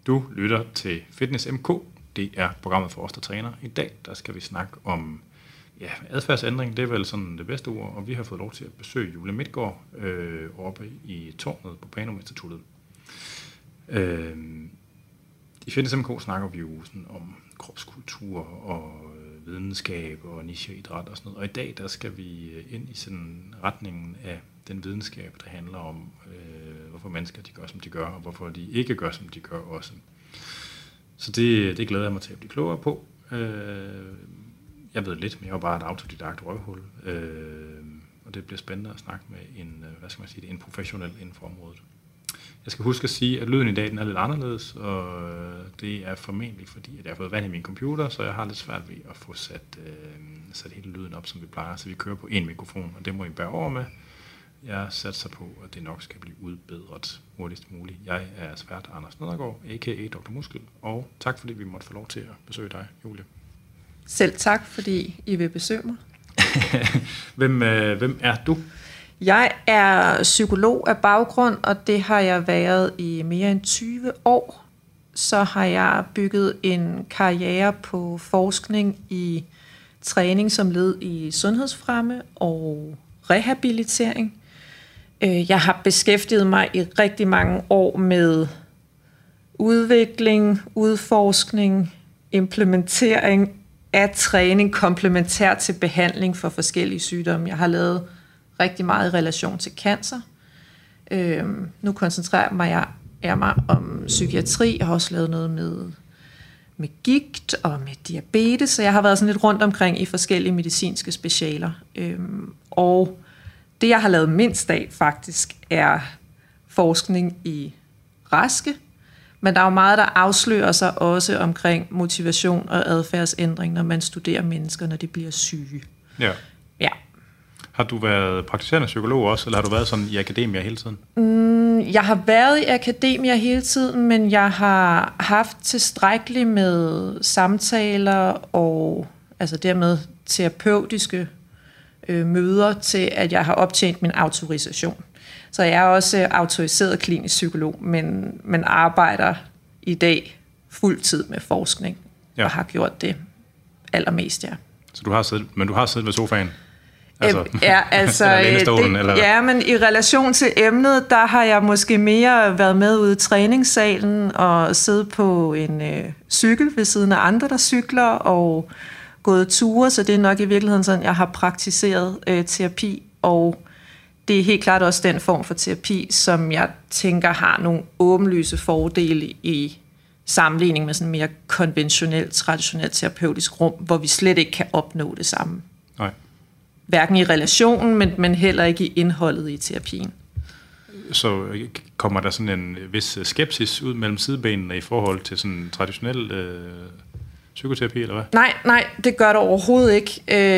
Du lytter til Fitness MK. Det er programmet for os, der træner. I dag der skal vi snakke om adfærdsændring. Det er vel sådan det bedste ord. Og vi har fået lov til at besøge Julie Midtgaard oppe i tårnet på Panoinstituttet. I Fitness MK snakker vi jo sådan om kropskultur og videnskab og nicheidræt og sådan noget. Og i dag der skal vi ind i sådan retningen af den videnskab, der handler om, hvorfor mennesker de gør, som de gør, og hvorfor de ikke gør, som de gør også. Så det glæder jeg mig til at blive klogere på. Jeg ved lidt, men jeg er bare et autodidakt røvhul. Og det bliver spændende at snakke med en professionel inden for området. Jeg skal huske at sige, at lyden i dag den er lidt anderledes, og det er formentlig fordi, at jeg har fået vand i min computer, så jeg har lidt svært ved at få sat hele lyden op, som vi plejer. Så vi kører på en mikrofon, og det må I bære over med. Jeg satser på, at det nok skal blive udbedret hurtigst muligt. Jeg er svært Anders Nedergaard, a.k.a. Dr. Muskel, og tak fordi vi måtte få lov til at besøge dig, Julie. Selv tak, fordi I vil besøge mig. Hvem er du? Jeg er psykolog af baggrund, og det har jeg været i mere end 20 år. Så har jeg bygget en karriere på forskning i træning som led i sundhedsfremme og rehabilitering. Jeg har beskæftiget mig i rigtig mange år med udvikling, udforskning, implementering af træning komplementær til behandling for forskellige sygdomme. Jeg har lavet rigtig meget i relation til cancer. Nu koncentrerer jeg mig om psykiatri. Jeg har også lavet noget med gigt og med diabetes, så jeg har været sådan lidt rundt omkring i forskellige medicinske specialer. Og det, jeg har lavet mindst af, faktisk, er forskning i raske. Men der er jo meget, der afslører sig også omkring motivation og adfærdsændring, når man studerer mennesker, når de bliver syge. Ja. Ja. Har du været praktiserende psykolog også, eller har du været sådan i akademia hele tiden? Jeg har været i akademia hele tiden, men jeg har haft tilstrækkeligt med samtaler og altså dermed terapeutiske møder til, at jeg har optjent min autorisation. Så jeg er også autoriseret klinisk psykolog, men arbejder i dag fuldtid med forskning, og har gjort det allermest, ja. Så du har siddet ved sofaen? Men i relation til emnet, der har jeg måske mere været med ude i træningssalen og siddet på en cykel ved siden af andre, der cykler, og gået ture, så det er nok i virkeligheden sådan, jeg har praktiseret terapi, og det er helt klart også den form for terapi, som jeg tænker har nogle åbenlyse fordele i sammenligning med sådan mere konventionelt, traditionelt terapeutisk rum, hvor vi slet ikke kan opnå det samme. Nej. Hverken i relationen, men heller ikke i indholdet i terapien. Så kommer der sådan en vis skepsis ud mellem sidebenene i forhold til sådan traditionel psykoterapi, eller hvad? Nej, det gør der overhovedet ikke.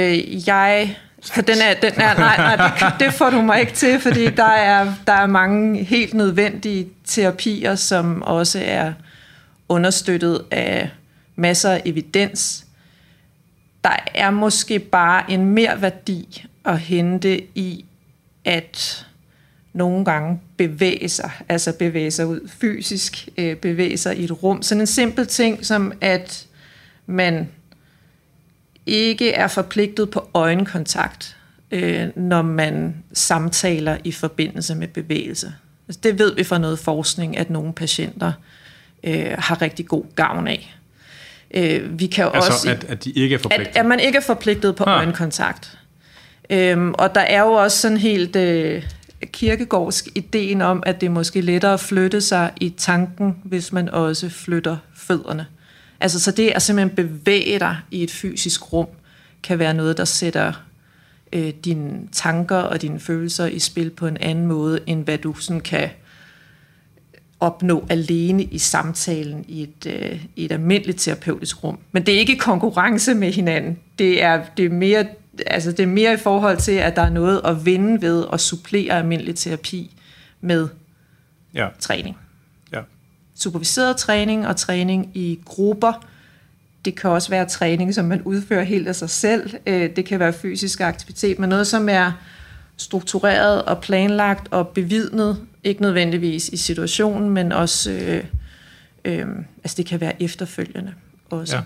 Det får du mig ikke til, fordi der er mange helt nødvendige terapier, som også er understøttet af masser af evidens. Der er måske bare en mere værdi at hente i at nogle gange bevæge sig ud fysisk, bevæge sig i et rum. Sådan en simpel ting som, at man ikke er forpligtet på øjenkontakt, når man samtaler i forbindelse med bevægelse. Altså, det ved vi fra noget forskning, at nogle patienter har rigtig god gavn af. Vi kan også at de ikke er forpligtet? At man ikke er forpligtet på øjenkontakt. Og der er jo også sådan helt kirkegårdsk ideen om, at det er måske lettere at flytte sig i tanken, hvis man også flytter fødderne. Altså, så det at simpelthen bevæge dig i et fysisk rum, kan være noget, der sætter dine tanker og dine følelser i spil på en anden måde, end hvad du sådan kan opnå alene i samtalen i et almindeligt terapeutisk rum. Men det er ikke konkurrence med hinanden. Det er mere i forhold til, at der er noget at vinde ved at supplere almindelig terapi med træning. Ja. Superviseret træning og træning i grupper. Det kan også være træning, som man udfører helt af sig selv. Det kan være fysisk aktivitet, men noget, som er struktureret og planlagt og bevidnet, ikke nødvendigvis i situationen, men også Altså det kan være efterfølgende også.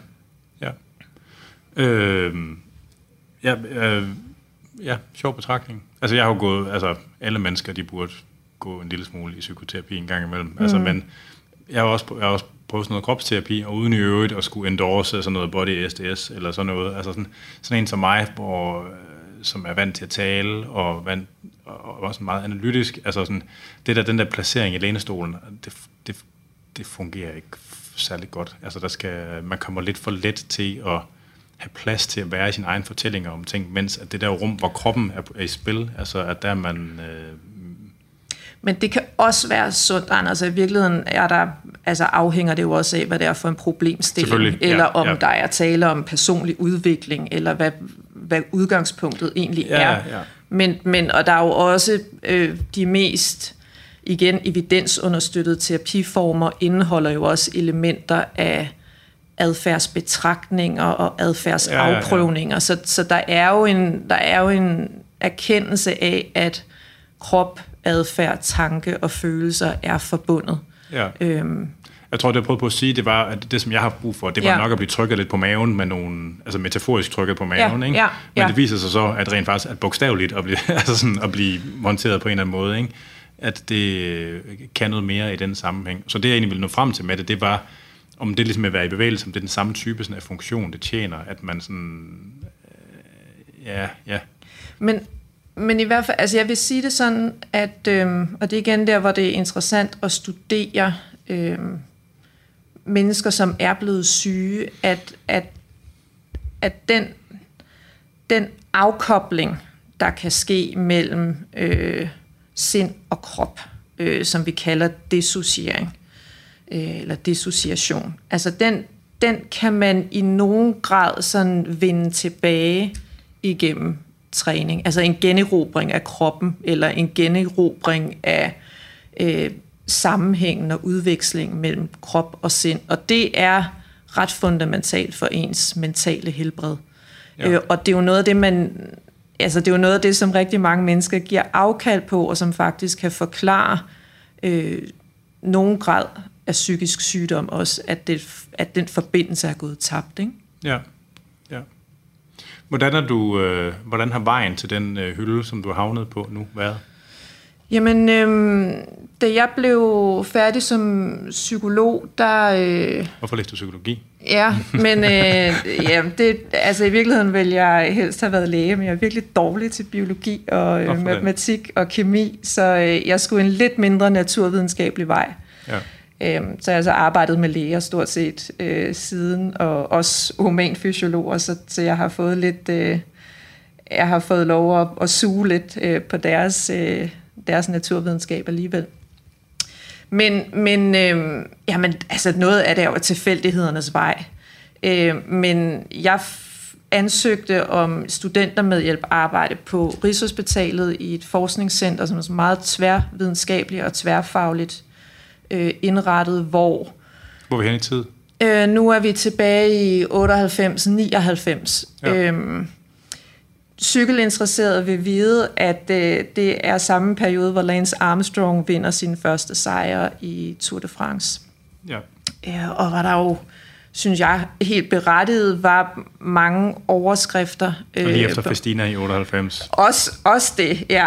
Ja, sjov betragtning. Altså jeg har jo gået, alle mennesker, de burde gå en lille smule i psykoterapi en gang imellem. Men jeg har også prøvet sådan noget kropsterapi, og uden i øvrigt at skulle endorse sådan noget body SDS eller sådan noget. Altså sådan en som mig, som er vant til at tale, og også meget analytisk. Altså sådan, den der placering i lænestolen, det fungerer ikke særlig godt. Altså man kommer lidt for let til at have plads til at være i sine egne fortællinger om ting, mens at det der rum, hvor kroppen er i spil, altså at der man... Men det kan også være sundt, Anders. I virkeligheden afhænger det jo også af, hvad det er for en problemstilling, eller om der er tale om personlig udvikling, eller hvad udgangspunktet egentlig er. Ja. Men og der er jo også de mest evidensunderstøttede terapiformer indeholder jo også elementer af adfærdsbetragtninger og adfærdsafprøvninger. Så der er jo en erkendelse af, at krop, adfærd, tanke og følelser er forbundet. Ja. Jeg tror, det jeg prøvede på at sige, det var, at det, som jeg har brug for, det var nok at blive trykket lidt på maven med nogle, altså metaforisk trykket på maven, ikke? Men det viser sig så, at rent faktisk at bogstaveligt at blive monteret på en eller anden måde, ikke? At det kan noget mere i den sammenhæng. Så det, jeg egentlig ville nå frem til med det var, om det ligesom at være i bevægelse, om det er den samme type sådan af funktion, det tjener, at man sådan, Men i hvert fald, altså jeg vil sige det sådan, at, og det er igen der, hvor det er interessant at studere mennesker, som er blevet syge, at den afkobling, der kan ske mellem sind og krop, som vi kalder dissociering, eller dissociation, altså den kan man i nogen grad sådan vinde tilbage igennem træning, altså en generobring af kroppen, eller en generobring af sammenhængen og udveksling mellem krop og sind, og det er ret fundamentalt for ens mentale helbred. Og det er jo noget af det, som rigtig mange mennesker giver afkald på, og som faktisk kan forklare nogen grad af psykisk sygdom også, at den forbindelse er gået tabt, ikke? Ja. Hvordan har vejen til den hylde, som du har havnet på nu, været? Jamen, da jeg blev færdig som psykolog, der... Hvorfor læste du psykologi? Ja, men i virkeligheden ville jeg helst have været læge, men jeg er virkelig dårlig til biologi og matematik og kemi, så jeg skulle en lidt mindre naturvidenskabelig vej. Ja. Så jeg har altså arbejdet med læger stort set siden, og også humanfysiologer, så jeg har fået lidt... jeg har fået lov at suge lidt på deres naturvidenskab alligevel. Men noget af det er jo tilfældighedernes vej. Men jeg ansøgte om studentermedhjælp arbejde på Rigshospitalet i et forskningscenter, som er meget tværvidenskabeligt og tværfagligt indrettet, hvor... Hvor er vi hen i tid? Nu er vi tilbage i 98-99. Ja. Cykelinteresserede vil vide, at det er samme periode, hvor Lance Armstrong vinder sin første sejr i Tour de France. Ja. Og var der jo, synes jeg, helt berettiget, var mange overskrifter. Og lige efter Festina i 98. Også det, ja.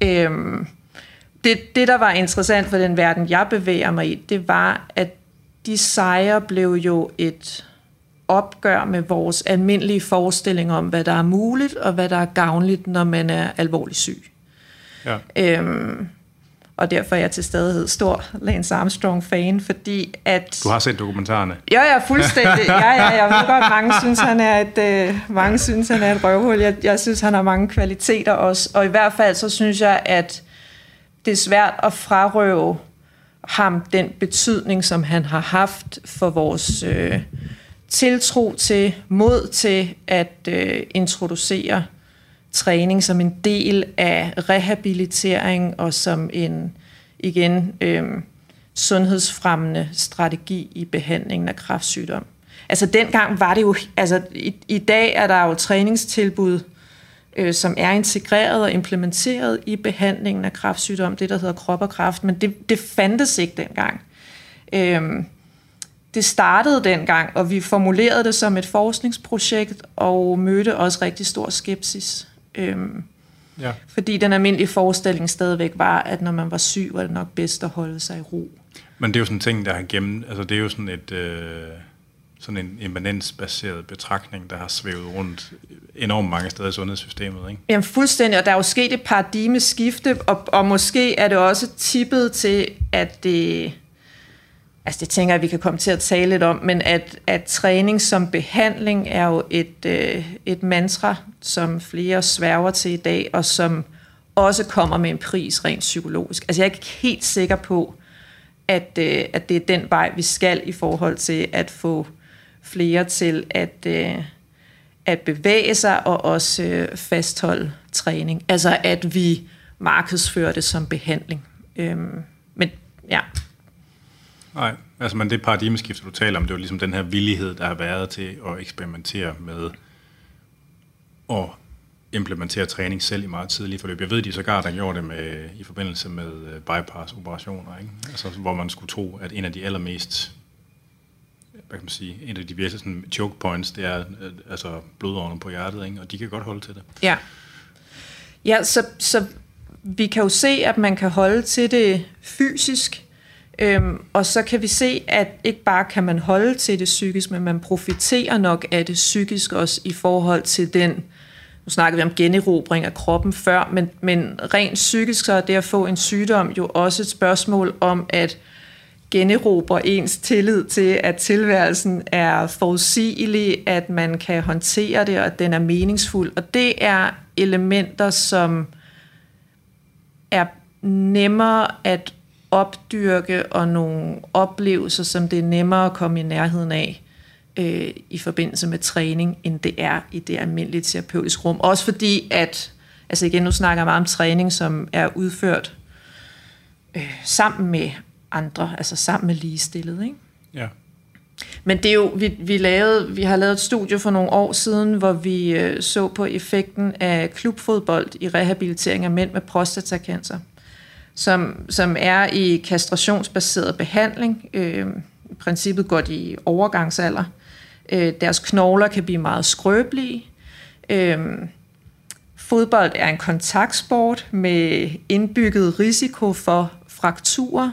Det, der var interessant for den verden, jeg bevæger mig i, det var, at de sejre blev jo et opgør med vores almindelige forestillinger om, hvad der er muligt, og hvad der er gavnligt, når man er alvorligt syg. Ja. Og derfor er jeg til stadighed stor Lance Armstrong-fan, fordi at... Du har set dokumentarerne? Ja, fuldstændig. Jeg ved godt, mange synes, han er et røvhul. Jeg synes, han har mange kvaliteter også. Og i hvert fald, så synes jeg, at det er svært at frarøve ham den betydning, som han har haft for vores tiltro til, mod til at introducere træning som en del af rehabilitering og som en, sundhedsfremmende strategi i behandlingen af kræftsygdom. Altså dengang var det jo, i dag er der jo træningstilbud, som er integreret og implementeret i behandlingen af kræftsygdom, det der hedder Krop og Kræft, men det fandtes ikke dengang. det startede dengang, og vi formulerede det som et forskningsprojekt, og mødte også rigtig stor skepsis. Ja. Fordi den almindelige forestilling stadigvæk var, at når man var syg, var det nok bedst at holde sig i ro. Men det er jo sådan en ting, der har gennem... Altså det er jo sådan sådan en evidensbaseret betragtning, der har svævet rundt enormt mange steder i sundhedssystemet, ikke? Jamen fuldstændig, og der er jo sket et paradigmeskifte, og måske er det også tippet til, at det... Altså det tænker jeg, at vi kan komme til at tale lidt om, men at træning som behandling er jo et mantra, som flere sværger til i dag, og som også kommer med en pris rent psykologisk. Altså jeg er ikke helt sikker på, at det er den vej, vi skal i forhold til at få flere til at bevæge sig og også fastholde træning. Altså at vi markedsfører det som behandling. Men ja... Nej, altså men det paradigmeskift, du taler om, det er jo ligesom den her villighed, der har været til at eksperimentere med at implementere træning selv i meget tidlige forløb. Jeg ved, de sågar, der gjorde det i forbindelse med bypass-operationer, ikke? Altså, hvor man skulle tro, at en af de allermest, hvad kan man sige, en af de virkelig sådan choke points, det er altså blodårene på hjertet, ikke? Og de kan godt holde til det. Ja, ja, så vi kan jo se, at man kan holde til det fysisk, og så kan vi se, at ikke bare kan man holde til det psykisk, men man profiterer nok af det psykisk også i forhold til den, nu snakker vi om generobring af kroppen før, men rent psykisk så er det at få en sygdom jo også et spørgsmål om at generobre ens tillid til, at tilværelsen er forudsigelig, at man kan håndtere det, og at den er meningsfuld. Og det er elementer, som er nemmere at opdyrke, og nogle oplevelser, som det er nemmere at komme i nærheden af i forbindelse med træning, end det er i det almindelige terapeutiske rum. Også fordi, at, altså igen, nu snakker jeg meget om træning, som er udført sammen med andre, altså sammen med ligestillede, ikke? Ja. Men det er jo, vi har lavet et studie for nogle år siden, hvor vi så på effekten af klubfodbold i rehabilitering af mænd med prostatacancer, som er i kastrationsbaseret behandling. I princippet går de i overgangsalder. Deres knogler kan blive meget skrøbelige. Fodbold er en kontaktsport med indbygget risiko for frakturer.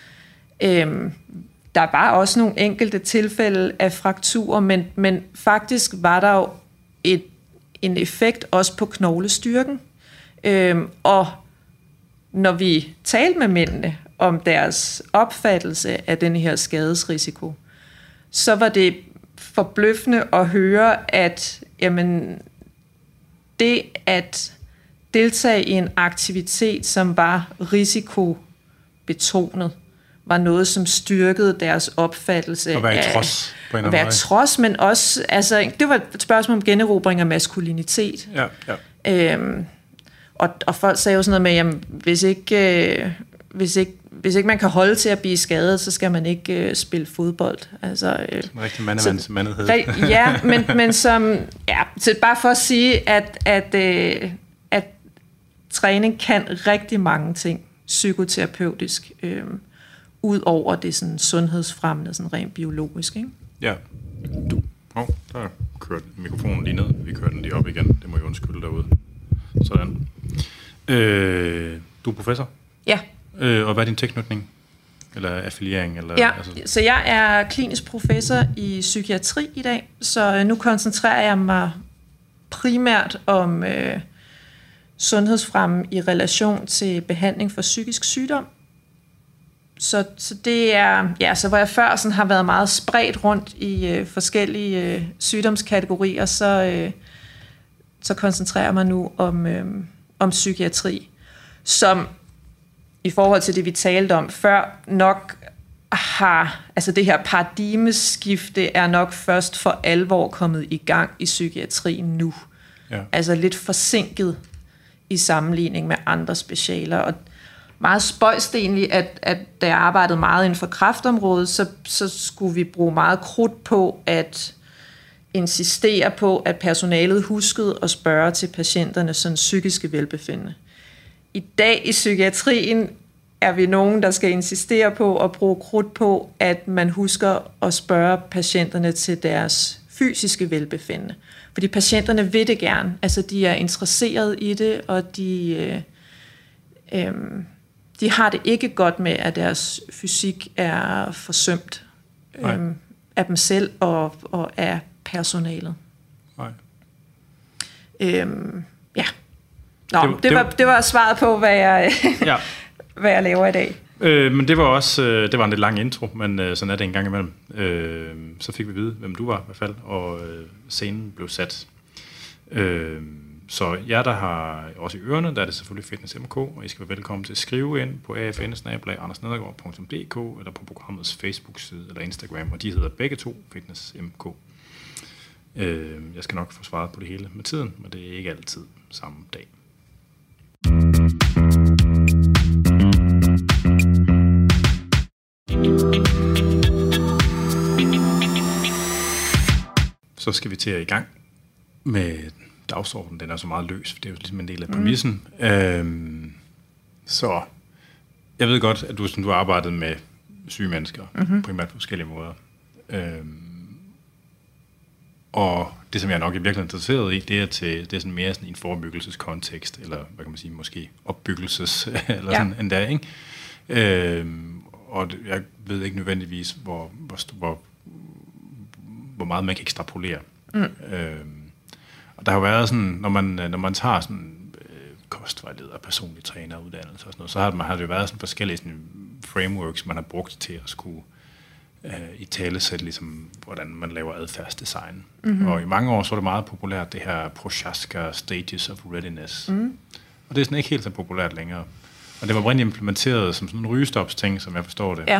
Der var også nogle enkelte tilfælde af frakturer, men faktisk var der jo en effekt også på knoglestyrken. Og når vi talte med mændene om deres opfattelse af den her skadesrisiko, så var det forbløffende at høre, at jamen, det at deltage i en aktivitet, som var risikobetonet, var noget, som styrkede deres opfattelse af... At være i trods på en eller anden måde. Trods, men også... Altså, det var et spørgsmål om generobring af maskulinitet. Ja. Og folk sagde jo sådan noget med, jamen, hvis ikke man kan holde til at blive skadet, så skal man ikke spille fodbold. Altså, en rigtig mandhed. Ja, men som... Ja, så bare for at sige, at træning kan rigtig mange ting psykoterapeutisk, ud over det sådan sundhedsfremmende, sådan rent biologisk, ikke? Ja. Der kørte mikrofonen lige ned. Vi kører den lige op igen. Det må jeg undskylde derude. Sådan. Du er professor? Ja. Og hvad er din tilknytning? Eller affiliering? Eller, ja, så jeg er klinisk professor i psykiatri i dag, så nu koncentrerer jeg mig primært om sundhedsfremme i relation til behandling for psykisk sygdom. Så det er, ja, så hvor jeg før sådan har været meget spredt rundt i forskellige sygdomskategorier, så koncentrerer jeg mig nu om psykiatri, som i forhold til det, vi talte om før, nok har, altså det her paradigmeskifte er nok først for alvor kommet i gang i psykiatrien nu. Ja. Altså lidt forsinket i sammenligning med andre specialer, og meget spøjst egentlig, at da jeg arbejdede meget inden for kræftområdet, så skulle vi bruge meget krudt på at insistere på, at personalet huskede at spørge til patienternes sådan psykiske velbefindende. I dag i psykiatrien er vi nogen, der skal insistere på at bruge krudt på, at man husker at spørge patienterne til deres fysiske velbefindende. Fordi patienterne vil det gerne. Altså, de er interesseret i det, og de har det ikke godt med, at deres fysik er forsømt af dem selv og af personalet. Nej. Ja. Nå, det var svaret på, hvad jeg laver i dag. Men det var også det var en lidt lang intro, men sådan er det en gang imellem. Så fik vi at vide, hvem du var i hvert fald, og scenen blev sat. Så jer, der har også i ørerne, der er det selvfølgelig Fitness MK, og I skal være velkommen til at skrive ind på afn@andersnedergaard.dk eller på programmets Facebook-side eller Instagram, og de hedder begge to Fitness MK. Jeg skal nok få svaret på det hele med tiden, men det er ikke altid samme dag. Så skal vi til at i gang med dagsordenen. Den er så meget løs, for det er jo ligesom en del af præmissen. Så jeg ved godt, at du har arbejdet med syge mennesker, primært på forskellige måder. Og det, som jeg nok er virkelig interesseret i, det er sådan mere sådan en forebyggelseskontekst, eller hvad kan man sige, måske opbyggelses, eller sådan endda, ikke? Og jeg ved ikke nødvendigvis, hvor meget man kan ekstrapolere. Og der har jo været sådan, når man tager sådan kostvejleder, personlig træneruddannelse og sådan noget, så har det jo været sådan forskellige sådan frameworks, man har brugt til at skulle i talesæt, ligesom hvordan man laver adfærdsdesign. Og i mange år så var det meget populært, det her Prochaska Stages of Readiness. Og det er sådan ikke helt så populært længere. Og det var oprindeligt implementeret som sådan en rygestopsting, som jeg forstår det.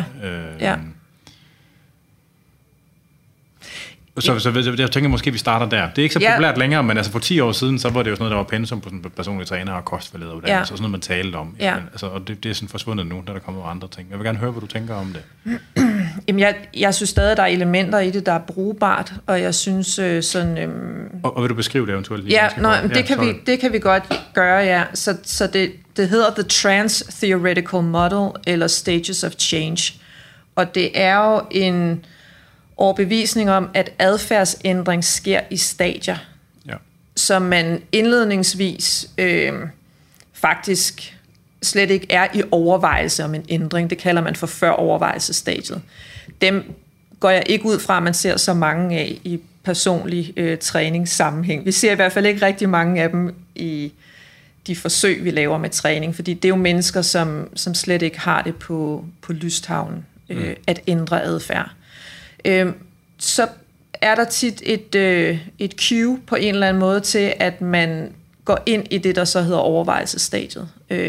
Så jeg tænker måske, vi starter der. Det er ikke så populært længere, men altså for 10 år siden, så var det jo sådan noget, der var pensum på sådan personlige træner og kostvejlederuddannelse, og sådan noget, man talte om. Men, altså, og det er sådan forsvundet nu, da der kommer andre ting. Jeg vil gerne høre, hvad du tænker om det. Jamen, jeg synes stadig, der er elementer i det, der er brugbart, og jeg synes sådan... Og vil du beskrive det eventuelt? Det kan vi godt gøre, ja. Så det hedder The Trans-Theoretical Model, eller Stages of Change. Og det er jo en overbevisning om, at adfærdsændring sker i stadier, som man indledningsvis faktisk slet ikke er i overvejelse om en ændring. Det kalder man for før-overvejelsesstadiet. Dem går jeg ikke ud fra, at man ser så mange af i personlig træningssammenhæng. Vi ser i hvert fald ikke rigtig mange af dem i de forsøg, vi laver med træning, fordi det er jo mennesker, som slet ikke har det på lysthavnen, at ændre adfærd. Så er der tit et cue på en eller anden måde til, at man går ind i det, der så hedder overvejelsesstadiet,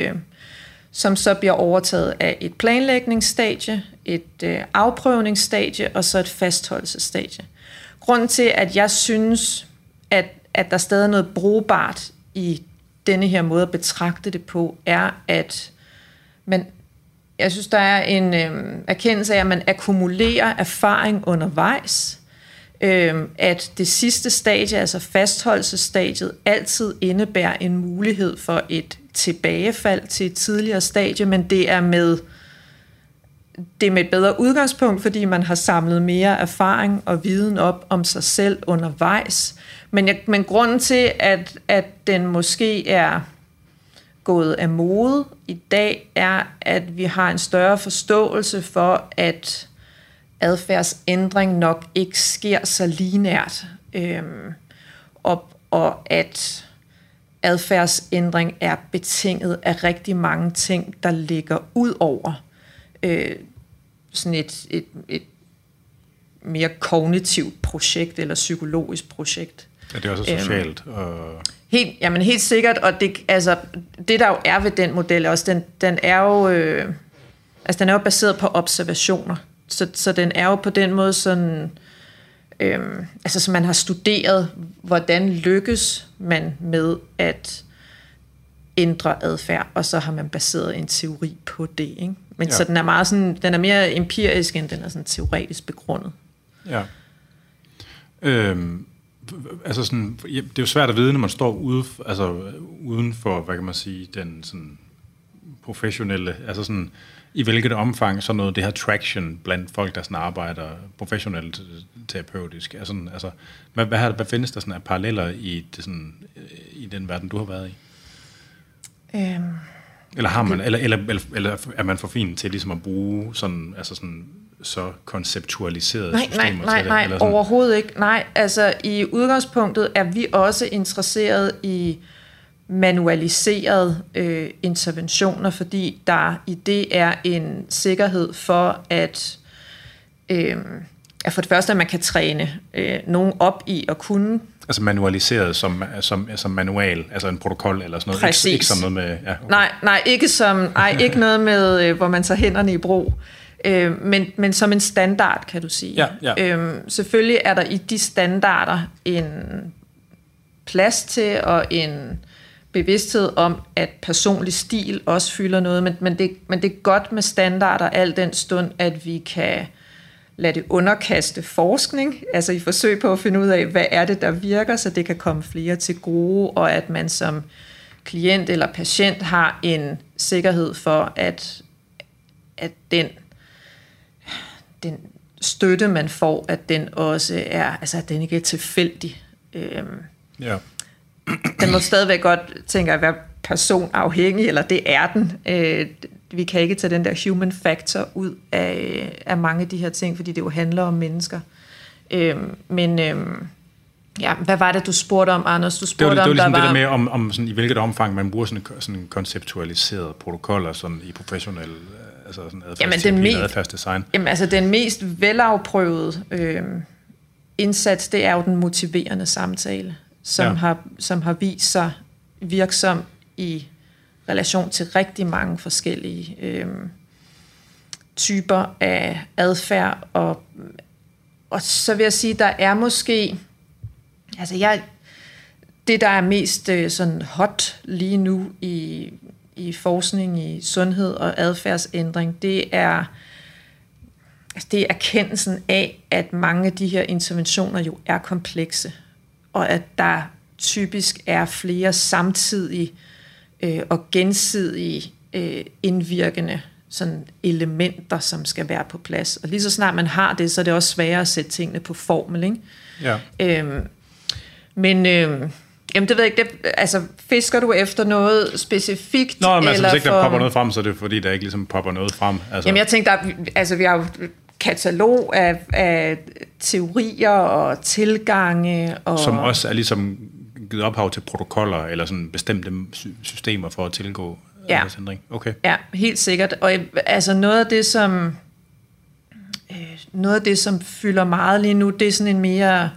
som så bliver overtaget af et planlægningsstadie, et afprøvningsstadie og så et fastholdelsesstadie. Grunden til, at jeg synes, at der stadig er noget brugbart i denne her måde at betragte det på, er, at jeg synes, der er en erkendelse af, at man akkumulerer erfaring undervejs, at det sidste stadie, altså fastholdelsesstadiet, altid indebærer en mulighed for et tilbagefald til et tidligere stadie, men det er med et bedre udgangspunkt, fordi man har samlet mere erfaring og viden op om sig selv undervejs. Men grunden til, at den måske er gået af mode i dag, er, at vi har en større forståelse for, at adfærdsændring nok ikke sker så lineært, og at adfærdsændring er betinget af rigtig mange ting, der ligger ud over sådan et mere kognitivt projekt eller psykologisk projekt. Ja, det er også socialt. Helt sikkert, og det der jo er ved den model også, den er jo baseret på observationer, så den er jo på den måde sådan, så man har studeret, hvordan lykkes man med at ændre adfærd, og så har man baseret en teori på det, ikke? Men så den er meget sådan, den er mere empirisk, end den er sådan teoretisk begrundet. Ja. Altså sådan, det er jo svært at vide, når man står uden for, hvad kan man sige, den sådan professionelle, altså sådan, i hvilket omfang sådan noget, det her traction blandt folk, der sådan arbejder professionelt terapeutisk, altså hvad findes der sådan af paralleller i det sådan, i den verden, du har været i? Eller har man, eller er man for fin til ligesom at bruge sådan, altså sådan så konceptualiserede systemer til det? Nej, overhovedet ikke. Nej, altså i udgangspunktet er vi også interesseret i manualiserede interventioner, fordi der i det er en sikkerhed for, at for det første, at man kan træne nogen op i at kunne. Altså manualiseret som manual, altså en protokol eller sådan noget. Præcis. Ikke som noget med... Ja, okay. Ikke noget med, hvor man tager hænderne i brug. Men som en standard, kan du sige. Ja. Selvfølgelig er der i de standarder en plads til og en bevidsthed om, at personlig stil også fylder noget, men det er godt med standarder al den stund, at vi kan lade det underkaste forskning, altså i forsøg på at finde ud af, hvad er det, der virker, så det kan komme flere til gode, og at man som klient eller patient har en sikkerhed for, at den støtte, man får, at den også er, altså at den ikke er tilfældig. Ja. Den må stadigvæk godt, tænker jeg, være personafhængig, eller det er den. Vi kan ikke tage den der human factor ud af mange af de her ting, fordi det jo handler om mennesker. Hvad var det, du spurgte om, Anders? Du spurgte det var ligesom det der med, om sådan, i hvilket omfang man bruger sådan konceptualiserede protokoller sådan i professionel altså sådan adfærdsterapi og adfærdsdesign. Jamen altså den mest velafprøvede indsats, det er jo den motiverende samtale, som har vist sig virksom i relation til rigtig mange forskellige typer af adfærd, og så vil jeg sige, der er måske, altså det der er mest sådan hot lige nu i forskning i sundhed og adfærdsændring, det er erkendelsen af, at mange af de her interventioner jo er komplekse, og at der typisk er flere samtidige og gensidige indvirkende sådan elementer, som skal være på plads. Og lige så snart man har det, så er det også sværere at sætte tingene på formel, ikke? Ja. Jamen det ved jeg ikke, altså fisker du efter noget specifikt? Nå, men altså, hvis ikke der popper noget frem, så er det fordi, der ikke ligesom popper noget frem. Altså. Jamen jeg tænkte, vi har jo katalog af teorier og tilgange. Og som også er ligesom givet ophav til protokoller, eller sådan bestemte systemer for at tilgå adfærdsændring. Okay. Ja, helt sikkert. Og altså noget af det, som fylder meget lige nu, det er sådan en mere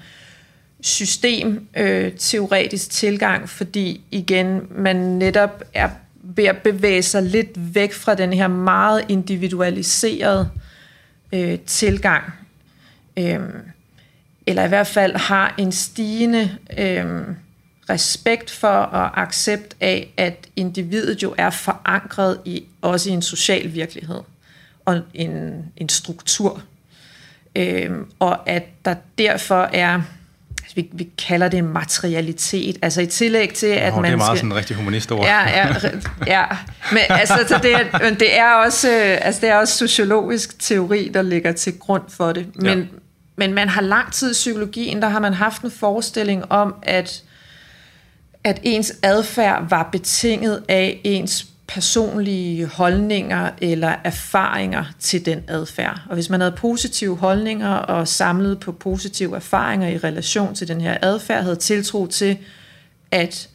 systemteoretisk tilgang, fordi igen, man netop er ved at bevæge sig lidt væk fra den her meget individualiserede tilgang, eller i hvert fald har en stigende respekt for og accept af, at individet jo er forankret også i en social virkelighed og en struktur, og at der derfor er, vi kalder det materialitet, altså i tillæg til, at man det er meget sådan en rigtig humanistord. Ja. Men altså, det er også sociologisk teori, der ligger til grund for det. Men man har lang tid i psykologien, der har man haft en forestilling om, at ens adfærd var betinget af ens personlige holdninger eller erfaringer til den adfærd. Og hvis man havde positive holdninger og samlet på positive erfaringer i relation til den her adfærd, havde tiltro til, at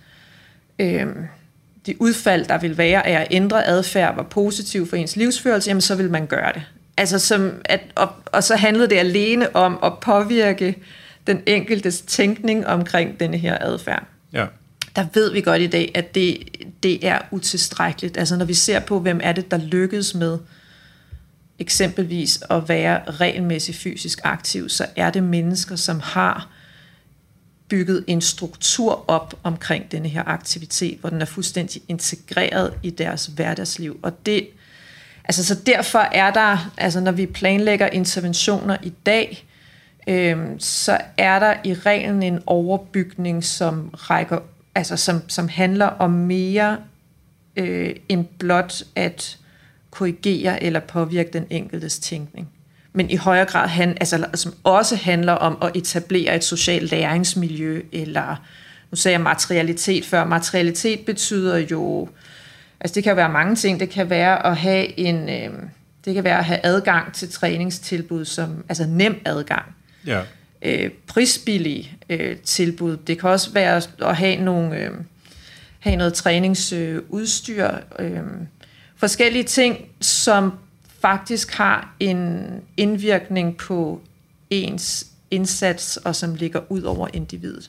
de udfald, der ville være af at ændre adfærd, var positiv for ens livsførelse, jamen så ville man gøre det. Altså og så handlede det alene om at påvirke den enkeltes tænkning omkring denne her adfærd. Ja. Der ved vi godt i dag, at det er utilstrækkeligt. Altså når vi ser på, hvem er det, der lykkes med eksempelvis at være regelmæssigt fysisk aktiv, så er det mennesker, som har bygget en struktur op omkring denne her aktivitet, hvor den er fuldstændig integreret i deres hverdagsliv. Og så derfor er der, altså når vi planlægger interventioner i dag, så er der i reglen en overbygning, som rækker, altså som handler om mere end blot at korrigere eller påvirke den enkeltes tænkning. Men i højere grad som også handler om at etablere et socialt læringsmiljø, eller nu sagde jeg materialitet før. Materialitet betyder jo, altså det kan være mange ting. Det kan være at have adgang til træningstilbud, som altså nem adgang. Ja. Prisbillige tilbud. Det kan også være at have noget træningsudstyr. Forskellige ting, som faktisk har en indvirkning på ens indsats, og som ligger ud over individet.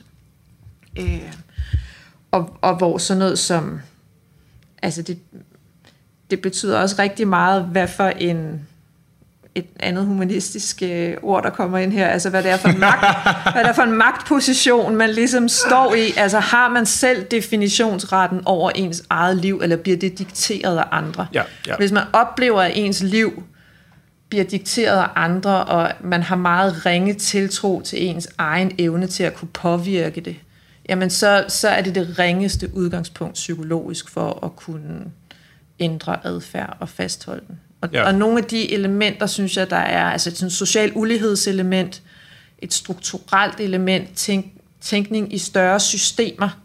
Og hvor sådan noget som, altså det betyder også rigtig meget, hvad for et andet humanistisk ord, der kommer ind her, altså hvad det er for en magtposition, man ligesom står i. Altså har man selv definitionsretten over ens eget liv, eller bliver det dikteret af andre? Ja. Hvis man oplever, at ens liv bliver dikteret af andre, og man har meget ringe tiltro til ens egen evne til at kunne påvirke det, jamen så er det ringeste udgangspunkt psykologisk for at kunne ændre adfærd og fastholde den. Og nogle af de elementer, synes jeg, der er, altså et sådan socialt ulighedselement, et strukturelt element, tænkning i større systemer,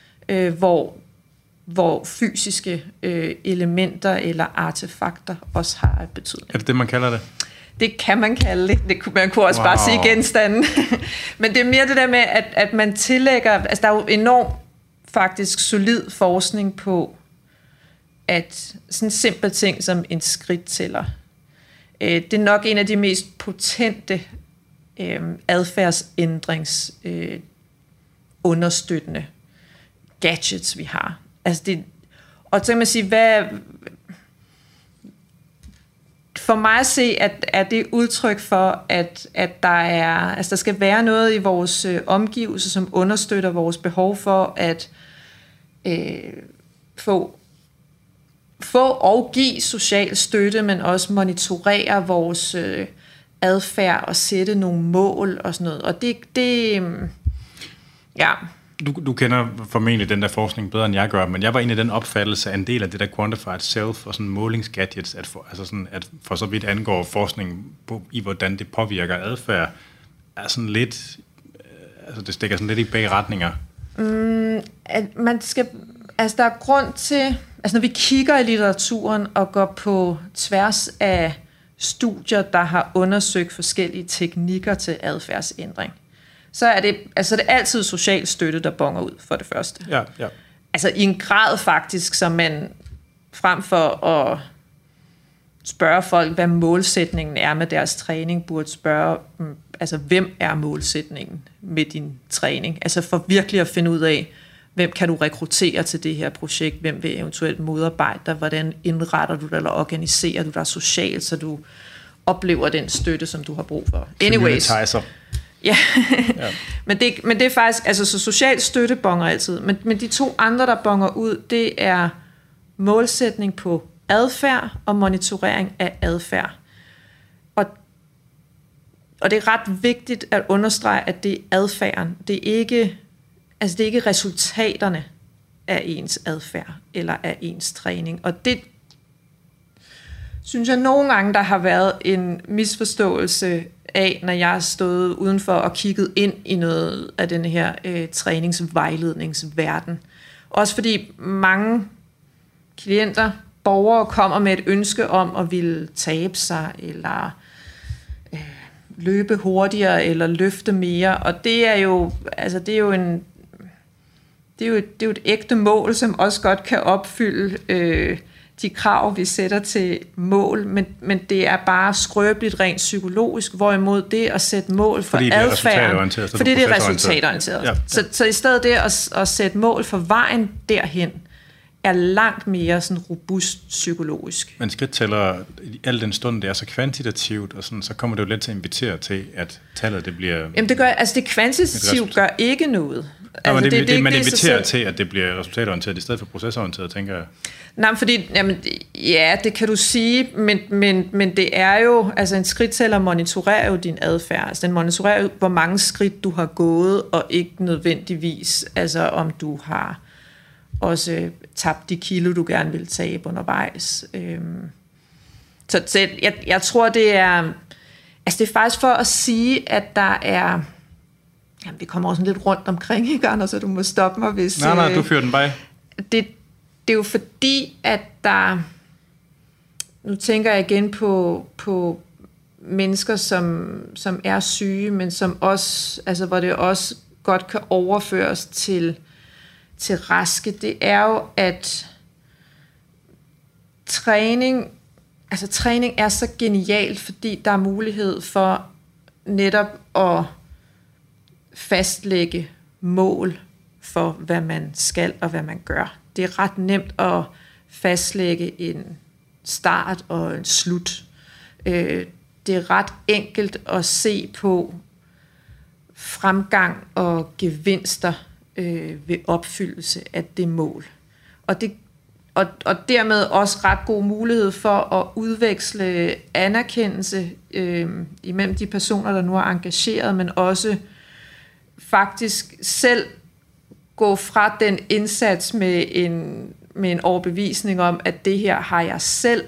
hvor fysiske elementer eller artefakter også har betydning. Er det det, man kalder det? Det kan man kalde det. Man kunne også bare sige genstanden. Men det er mere det der med, at man tillægger, altså der er jo enormt faktisk solid forskning på, at sådan en simpel ting som en skridttæller, det er nok en af de mest potente adfærdsændrings understøttende gadgets, vi har. Altså det, og så kan man sige, for mig at se, at det udtryk for, at der skal være noget i vores omgivelser, som understøtter vores behov for at få og give social støtte, men også monitorere vores adfærd og sætte nogle mål og sådan noget. Og ja. Du kender formentlig den der forskning bedre, end jeg gør, men jeg var inde i den opfattelse af en del af det der quantified self og sådan målingsgadgets, at for så vidt angår forskning på, i hvordan det påvirker adfærd, er sådan lidt, altså det stikker sådan lidt i begge retninger. At man skal, altså der er grund til, altså når vi kigger i litteraturen og går på tværs af studier, der har undersøgt forskellige teknikker til adfærdsændring, så er det altid social støtte, der bonger ud for det første. Ja. Altså i en grad faktisk, så man frem for at spørge folk, hvad målsætningen er med deres træning, burde spørge, altså hvem er målsætningen med din træning? Altså for virkelig at finde ud af, hvem kan du rekruttere til det her projekt, hvem vil eventuelt modarbejde dig, hvordan indretter du dig, eller organiserer du dig socialt, så du oplever den støtte, som du har brug for. Anyways. Ja, men det er faktisk, altså så social støtte bonger altid, men de to andre, der bonger ud, det er målsætning på adfærd og monitorering af adfærd. Og det er ret vigtigt at understrege, at det er adfærden, det er ikke resultaterne af ens adfærd eller af ens træning. Og det synes jeg nogle gange, der har været en misforståelse af, når jeg har stået udenfor og kigget ind i noget af den her træningsvejledningsverden. Også fordi mange klienter, borgere kommer med et ønske om at ville tabe sig, eller løbe hurtigere, eller løfte mere. Og det er jo et ægte mål, som også godt kan opfylde de krav, vi sætter til mål, men det er bare skrøbeligt rent psykologisk, hvorimod det at sætte mål for adfærden, fordi det er resultatorienteret. Ja. Så i stedet det at sætte mål for vejen derhen, er langt mere sådan robust psykologisk. Men skridttæller, al den stund, det er så kvantitativt, og sådan, så kommer det jo let til at invitere til, at tallet det bliver... Jamen det kvantitativt gør ikke noget. Altså, men det man inviterer til, at det bliver resultatorienteret i stedet for procesorienteret, tænker jeg. Nej, fordi, det kan du sige, men det er jo, altså en skridttæller monitorerer jo din adfærd. Altså den monitorerer jo, hvor mange skridt du har gået, og ikke nødvendigvis, altså om du har også tabt de kilo, du gerne vil tabe undervejs. Så jeg tror, det er... Altså det er faktisk for at sige, at der er... Jamen, vi kommer også lidt rundt omkring, ikke, Anders, så du må stoppe mig, hvis... Nej, du fyrer den bare. Det er jo fordi, at der... Nu tænker jeg igen på mennesker, som er syge, men som også... Altså, hvor det også godt kan overføres til raske. Det er jo, at træning er så genialt, fordi der er mulighed for netop at fastlægge mål for, hvad man skal og hvad man gør. Det er ret nemt at fastlægge en start og en slut. Det er ret enkelt at se på fremgang og gevinster ved opfyldelse af det mål. Og dermed også ret god mulighed for at udveksle anerkendelse imellem de personer, der nu er engageret, men også faktisk selv gå fra den indsats med en overbevisning om, at det her har jeg selv,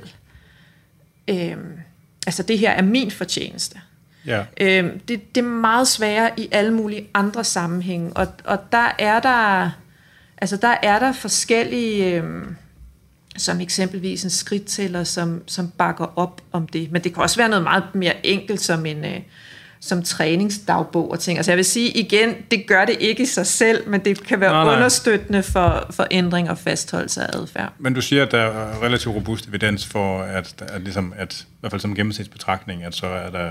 altså det her er min fortjeneste. Ja. Det er meget sværere i alle mulige andre sammenhænge, og der er der forskellige... som eksempelvis en skridttæller, som bakker op om det. Men det kan også være noget meget mere enkelt som træningsdagbog og ting. Altså jeg vil sige igen, det gør det ikke i sig selv, men det kan være understøttende for ændring og fastholdelse af adfærd. Men du siger, at der er relativt robust evidens for, at i hvert fald som gennemsnitsbetragtning, at så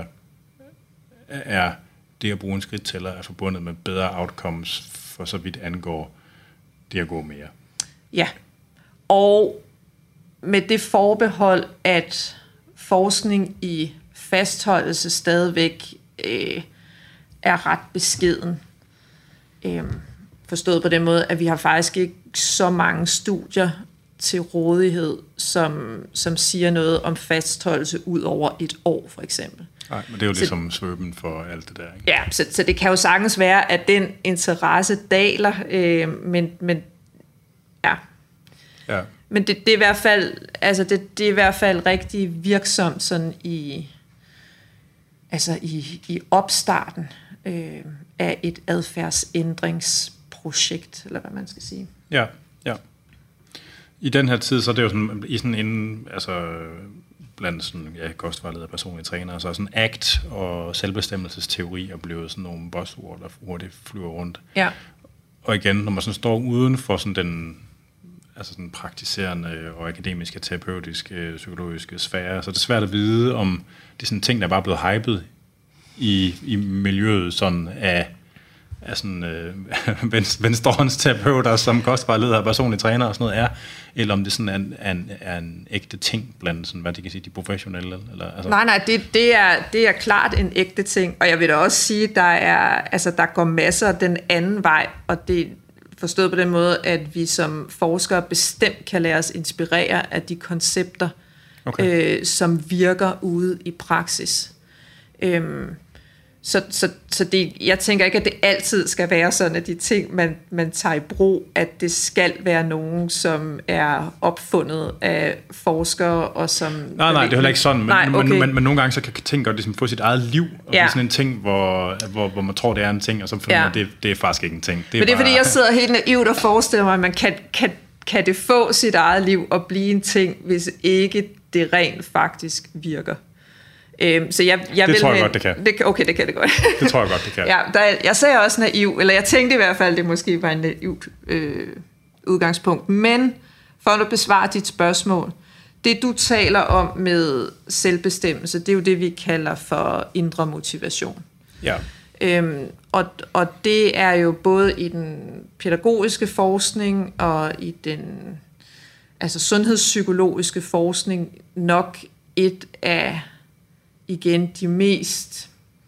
er det at bruge en skridttæller er forbundet med bedre outcomes, for så vidt angår det at gå mere. Ja, og med det forbehold, at forskning i fastholdelse stadigvæk er ret beskeden. Forstået på den måde, at vi har faktisk ikke så mange studier til rådighed, som siger noget om fastholdelse ud over et år, for eksempel. Nej, men det er jo ligesom svøben for alt det der, ikke? Ja, så det kan jo sagtens være, at den interesse daler, men ja. Ja. Men det er i hvert fald, altså det er i hvert fald rigtig virksomt sådan i opstarten af et adfærdsændringsprojekt, eller hvad man skal sige. Ja, ja. I den her tid, så er det jo sådan, blandt sådan, kostvejledere og personlige trænere, så er sådan ACT og selvbestemmelsesteori er blevet sådan nogle buzzord, der hurtigt flyver rundt. Ja. Og igen, når man sådan står uden for sådan den sådan praktiserende og akademiske, terapeutiske, psykologiske sfære, så er det svært at vide, om det er sådan ting, der er bare blevet hypet i miljøet sådan af sådan venstrehåndsterapeuter, som kostvejledere og personlige trænere og sådan noget er, eller om det sådan er en ægte ting blandt sådan, hvad de kan sige, de professionelle? Eller, altså. Nej, det er klart en ægte ting, og jeg vil da også sige, der går masser den anden vej, og det forstået på den måde, at vi som forskere bestemt kan lade os inspirere af de koncepter, som virker ude i praksis. Så det, jeg tænker ikke, at det altid skal være sådan, at de ting, man tager i brug, at det skal være nogen, som er opfundet af forskere, og som... Nej, det er heller ikke sådan, men nogle gange så kan ting godt ligesom få sit eget liv, og det er sådan en ting, hvor man tror, det er en ting, og så finder man, det er faktisk ikke en ting. Men det er fordi, jeg sidder helt naivt og forestiller mig, at man kan det få sit eget liv og blive en ting, hvis ikke det rent faktisk virker. Så jeg det tror jeg godt, det kan. Okay, det kan det godt. Det tror jeg godt, det kan. Ja, jeg sagde også naiv, eller jeg tænkte i hvert fald, det måske var en naivt udgangspunkt. Men for at besvare dit spørgsmål, det du taler om med selvbestemmelse, det er jo det, vi kalder for indre motivation. Ja. Og det er jo både i den pædagogiske forskning og i den sundhedspsykologiske forskning nok et af igen de mest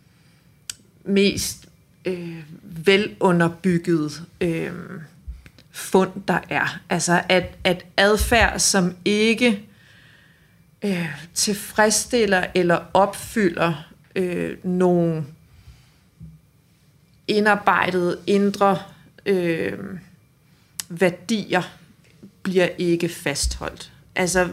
velunderbyggede fund, der er. Altså at adfærd, som ikke tilfredsstiller eller opfylder nogle indarbejdede indre værdier, bliver ikke fastholdt. Altså,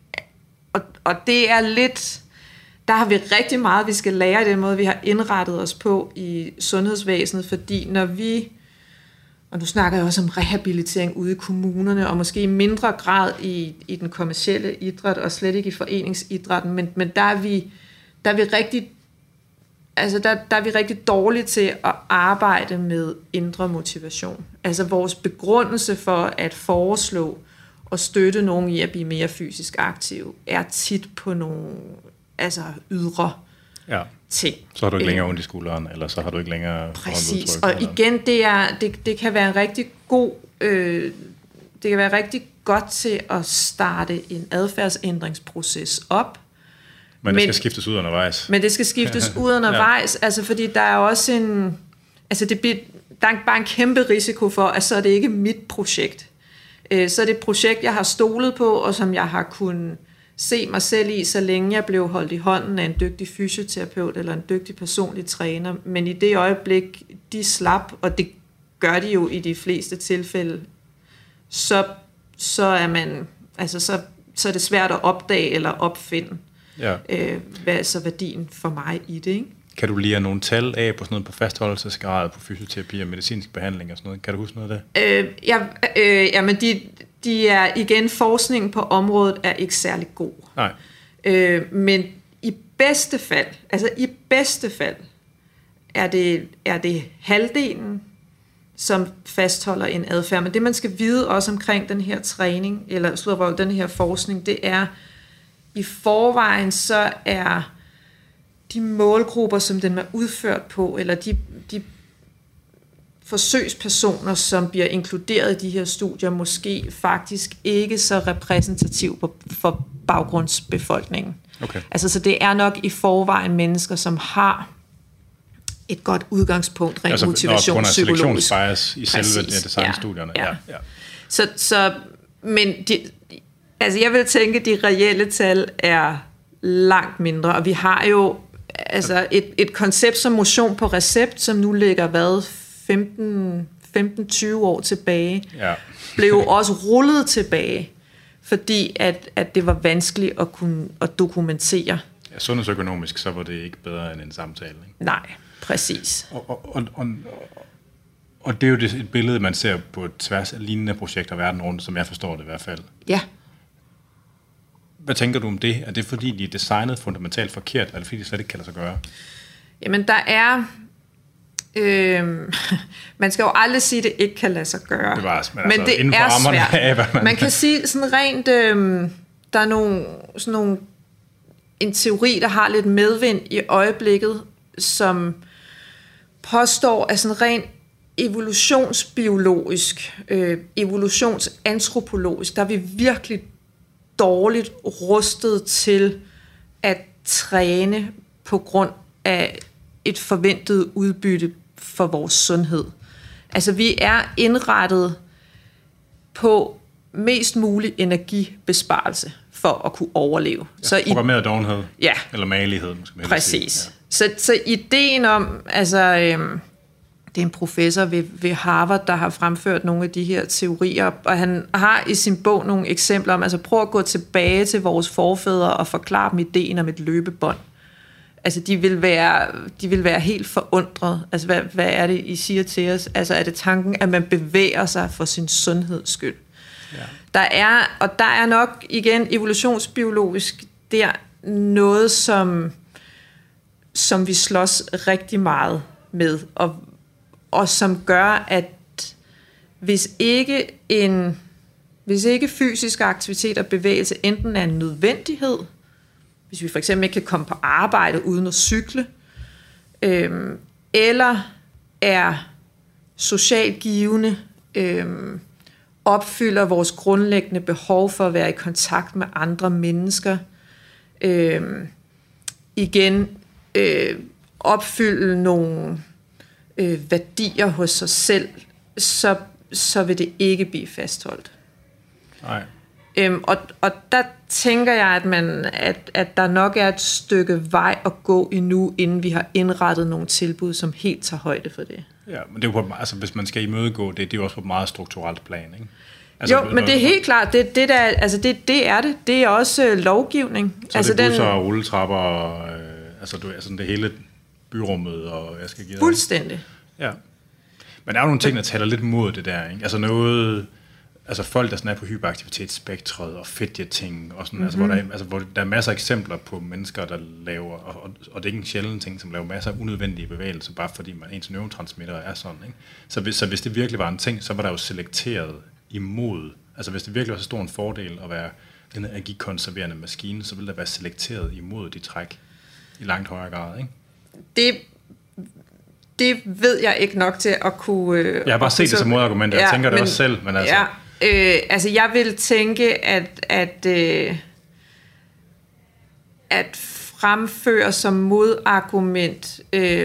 og det er lidt, der har vi rigtig meget, vi skal lære i den måde, vi har indrettet os på i sundhedsvæsenet, fordi når vi, og nu snakker jeg også om rehabilitering ude i kommunerne, og måske i mindre grad i den kommercielle idræt, og slet ikke i foreningsidrætten, men der er vi rigtig, altså der er vi rigtig dårlige til at arbejde med indre motivation. Altså vores begrundelse for at foreslå og støtte nogen i at blive mere fysisk aktiv, er tit på nogle ydre ting. Så har du ikke længere ondt i skulderen, eller så har du ikke længere... Præcis, og igen, det kan være en rigtig god... det kan være rigtig godt til at starte en adfærdsændringsproces op. Men det skal skiftes ud undervejs. Men det skal skiftes ud undervejs, altså fordi der er også en... Altså der er bare en kæmpe risiko for, at så er det ikke mit projekt. Så er det et projekt, jeg har stolet på, og som jeg har kunnet se mig selv i, så længe jeg blev holdt i hånden af en dygtig fysioterapeut eller en dygtig personlig træner. Men i det øjeblik, de slap, og det gør de jo i de fleste tilfælde, så er man, altså så er det svært at opdage eller opfinde, hvad er så værdien for mig i det, ikke? Kan du lige have nogle tal af på sådan noget på fastholdelsesgrad, på fysioterapi og medicinsk behandling og sådan noget? Kan du huske noget af det? Jamen de er igen, forskningen på området er ikke særlig god. Nej. Men i bedste fald er det halvdelen, som fastholder en adfærd. Men det man skal vide også omkring den her træning, eller den her forskning, det er, i forvejen så er de målgrupper, som den er udført på, eller de forsøgspersoner, som bliver inkluderet i de her studier, måske faktisk ikke så repræsentativ for baggrundsbefolkningen. Okay. Altså, så det er nok i forvejen mennesker, som har et godt udgangspunkt, rent motivationspsykologisk. Selektionsbias i selve designstudierne. Ja. Så men jeg vil tænke, at de reelle tal er langt mindre, og vi har jo altså et koncept som motion på recept, som nu ligger 15-20 år tilbage, blev også rullet tilbage, fordi at det var vanskeligt at dokumentere. Ja, sundhedsøkonomisk, så var det ikke bedre end en samtale, ikke? Nej, præcis. Og det er jo et billede, man ser på tværs af lignende projekter verden rundt, som jeg forstår det i hvert fald. Ja. Hvad tænker du om det? Er det fordi, de er designet fundamentalt forkert, eller fordi de slet ikke kan lade sig gøre? Jamen, der er... man skal jo aldrig sige, at det ikke kan lade sig gøre. Det var, men det inden for er rammerne svært. Af, hvad man kan sige sådan rent... der er en teori, der har lidt medvind i øjeblikket, som påstår, at sådan rent evolutionsbiologisk, evolutionsantropologisk, der er vi virkelig dårligt rustet til at træne på grund af et forventet udbytte for vores sundhed. Altså vi er indrettet på mest mulig energibesparelse for at kunne overleve. Ja, så programmeret dovenhed, eller magelighed. Måske præcis. Ja. Så ideen om, altså det er en professor ved Harvard, der har fremført nogle af de her teorier, og han har i sin bog nogle eksempler om, altså prøv at gå tilbage til vores forfædre og forklare dem ideen om et løbebånd. Altså de vil være helt forundret. Altså hvad er det, I siger til os? Altså er det tanken, at man bevæger sig for sin sundheds skyld? Ja. Der er nok igen evolutionsbiologisk der noget, som vi slås rigtig meget med, og som gør, at hvis ikke fysisk aktivitet og bevægelse enten er en nødvendighed, hvis vi for eksempel ikke kan komme på arbejde uden at cykle, eller er socialt givende, opfylder vores grundlæggende behov for at være i kontakt med andre mennesker, opfylde nogle værdier hos sig selv, så vil det ikke blive fastholdt. Nej. Og der tænker jeg, at der nok er et stykke vej at gå endnu, inden vi har indrettet nogle tilbud, som helt tager højde for det. Ja, men det er jo hvis man skal imødegå det, det er jo også på et meget strukturelt plan, ikke? Altså, jo, men det er helt klart, det er det. Det er også lovgivning. Så altså det er busser og rulletrapper, og, det hele byrummet, og jeg skal give dig. Fuldstændig. Ja. Men der er jo nogle ting, der taler lidt mod det der, ikke? Altså folk, der sådan er på hyperaktivitetsspektret og fidgeting og sådan, hvor der er masser af eksempler på mennesker, der laver, og det er ikke en sjælden ting, som laver masser af unødvendige bevægelser, bare fordi ens neurotransmitter er sådan, ikke? Så hvis det virkelig var en ting, så var der jo selekteret imod, altså hvis det virkelig var så stor en fordel at være den energikonserverende maskine, så ville der være selekteret imod de træk i langt højere grad, ikke? Det ved jeg ikke nok til at kunne... Jeg har bare set det som modargument, jeg tænker det også selv, men altså... Ja, jeg vil tænke, at fremføre som modargument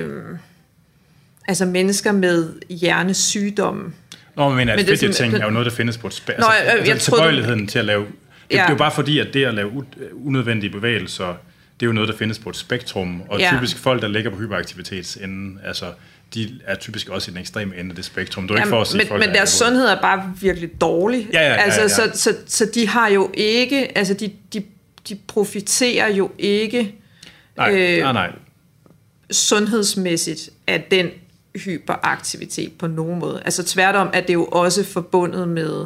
mennesker med hjernesygdomme. Nå, men at fidgeting er jo noget, der findes på et tilbøjeligheden til at lave... Det er jo bare fordi, at det at lave unødvendige bevægelser, det er jo noget, der findes på et spektrum, og typisk folk, der ligger på hyperaktivitetsenden, altså, de er typisk også i den ekstreme ende af det spektrum. Du er ikke for at sige, men deres sundhed er bare virkelig dårlig. Så de har jo ikke, altså de profiterer jo ikke nej. Sundhedsmæssigt af den hyperaktivitet på nogen måde. Altså tværtom er det jo også forbundet med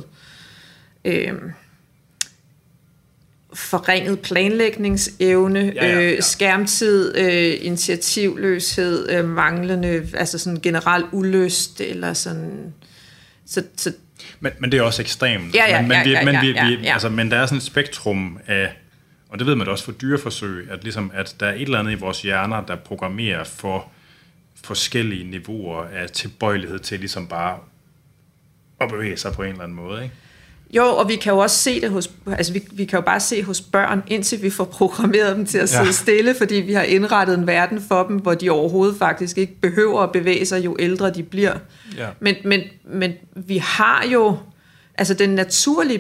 forringet planlægningsevne, skærmtid, initiativløshed, manglende, altså sådan generel ulyst, eller sådan... Så men det er også ekstremt. Men der er sådan et spektrum af, og det ved man også for dyreforsøg, at der er et eller andet i vores hjerner, der programmerer for forskellige niveauer af tilbøjelighed til ligesom bare at bevæge sig på en eller anden måde, ikke? Jo, og vi kan jo også se det hos, altså vi kan jo bare se hos børn, indtil vi får programmeret dem til at sidde stille, fordi vi har indrettet en verden for dem, hvor de overhovedet faktisk ikke behøver at bevæge sig, jo ældre de bliver. Ja. Men vi har jo, altså den naturlige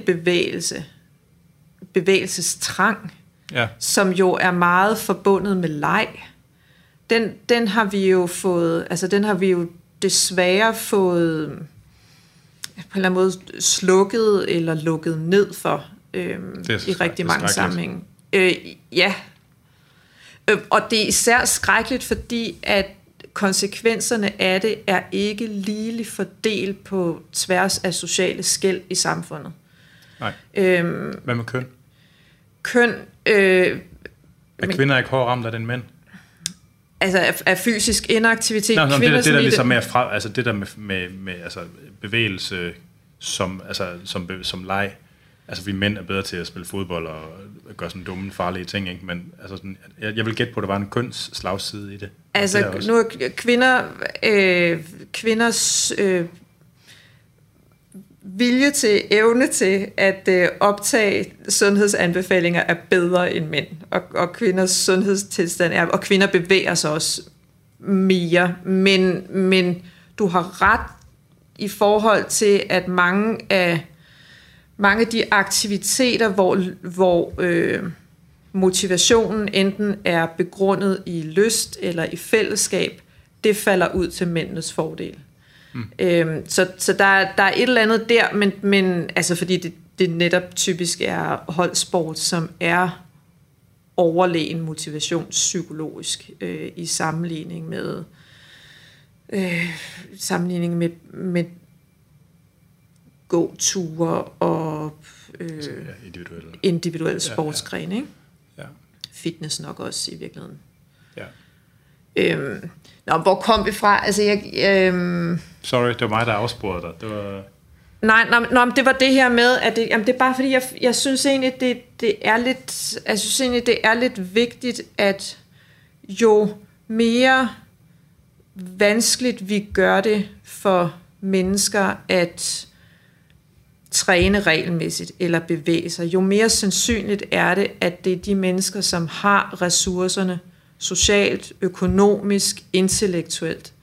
bevægelsestrang, som jo er meget forbundet med leg, den har vi jo fået, altså den har vi jo desværre fået på en eller anden måde slukket eller lukket ned for i rigtig mange sammenhænge. Og det er især skrækkeligt, fordi at konsekvenserne af det er ikke ligeligt fordelt på tværs af sociale skel i samfundet. Nej. Hvad med køn? Køn... er kvinder ikke hårdt ramt af den mænd? Altså af fysisk inaktivitet. Det der ligesom er fra, altså det der med altså bevægelse som leg. Altså vi mænd er bedre til at spille fodbold og gøre sådan dumme, farlige ting, ikke? Men altså sådan, jeg vil gætte på, at der var en kønsslagside i det. Altså det nu er kvinders vilje til, evne til at optage sundhedsanbefalinger er bedre end mænd, og kvinders sundhedstilstand er, og kvinder bevæger sig også mere, men du har ret i forhold til, at mange af de aktiviteter, hvor motivationen enten er begrundet i lyst eller i fællesskab, det falder ud til mændenes fordel. Så der er et eller andet der, men altså fordi det netop typisk er holdsport, som er overlegen motivation psykologisk i sammenligning med gåture og individuelle sportsgrene, ikke? Ja. Fitness nok også i virkeligheden. Ja. Hvor kom vi fra? Altså sorry, det var mig, der afsporede dig. Det var... Nej, det var det her med, at det er bare fordi, jeg synes egentlig, det er lidt vigtigt, at jo mere vanskeligt vi gør det for mennesker at træne regelmæssigt eller bevæge sig, jo mere sandsynligt er det, at det er de mennesker, som har ressourcerne socialt, økonomisk, intellektuelt,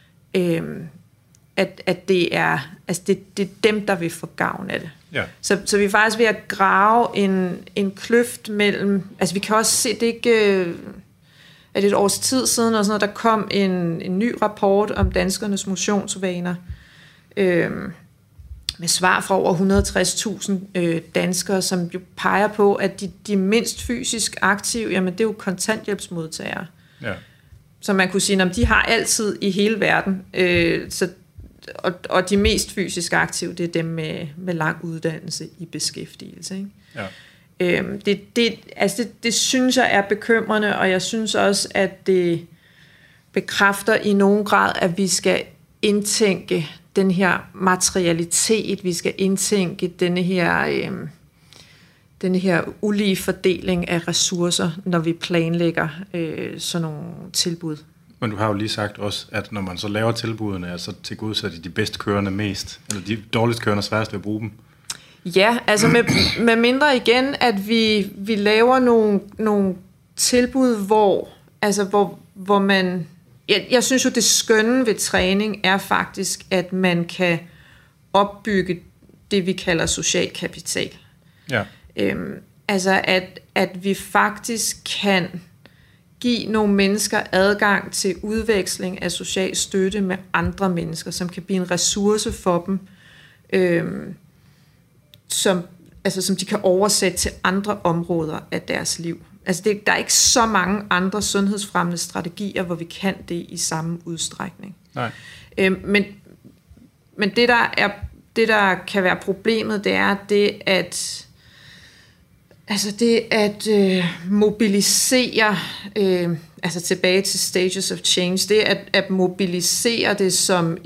at det er dem, der vil få gavn af det. Ja. Så vi er faktisk ved at grave en kløft mellem, altså vi kan også se, det ikke er det et års tid siden, og sådan noget, der kom en ny rapport om danskernes motionsvaner, med svar fra over 160.000 danskere, som jo peger på, at de mindst fysisk aktive, jamen det er jo kontanthjælpsmodtagere. Ja. Så man kunne sige, at de har altid i hele verden, og de mest fysisk aktive, det er dem med lang uddannelse i beskæftigelse. Ikke? Ja. Det synes jeg er bekymrende, og jeg synes også, at det bekræfter i nogen grad, at vi skal indtænke den her materialitet, vi skal indtænke denne her ulige fordeling af ressourcer, når vi planlægger sådan nogle tilbud. Men du har jo lige sagt også, at når man så laver tilbudene, så tilgodesætter de bedst kørende mest, eller de dårligst kørende sværest ved at bruge dem. Ja, altså med mindre igen, at vi laver nogle tilbud, hvor man... Jeg synes jo, det skønne ved træning er faktisk, at man kan opbygge det, vi kalder social kapital. Ja. At vi faktisk kan give nogle mennesker adgang til udveksling af social støtte med andre mennesker, som kan blive en ressource for dem, som de kan oversætte til andre områder af deres liv. Altså der er ikke så mange andre sundhedsfremmende strategier, hvor vi kan det i samme udstrækning. Nej. Men det der kan være problemet, det er det at mobilisere, tilbage til stages of change, det at mobilisere det som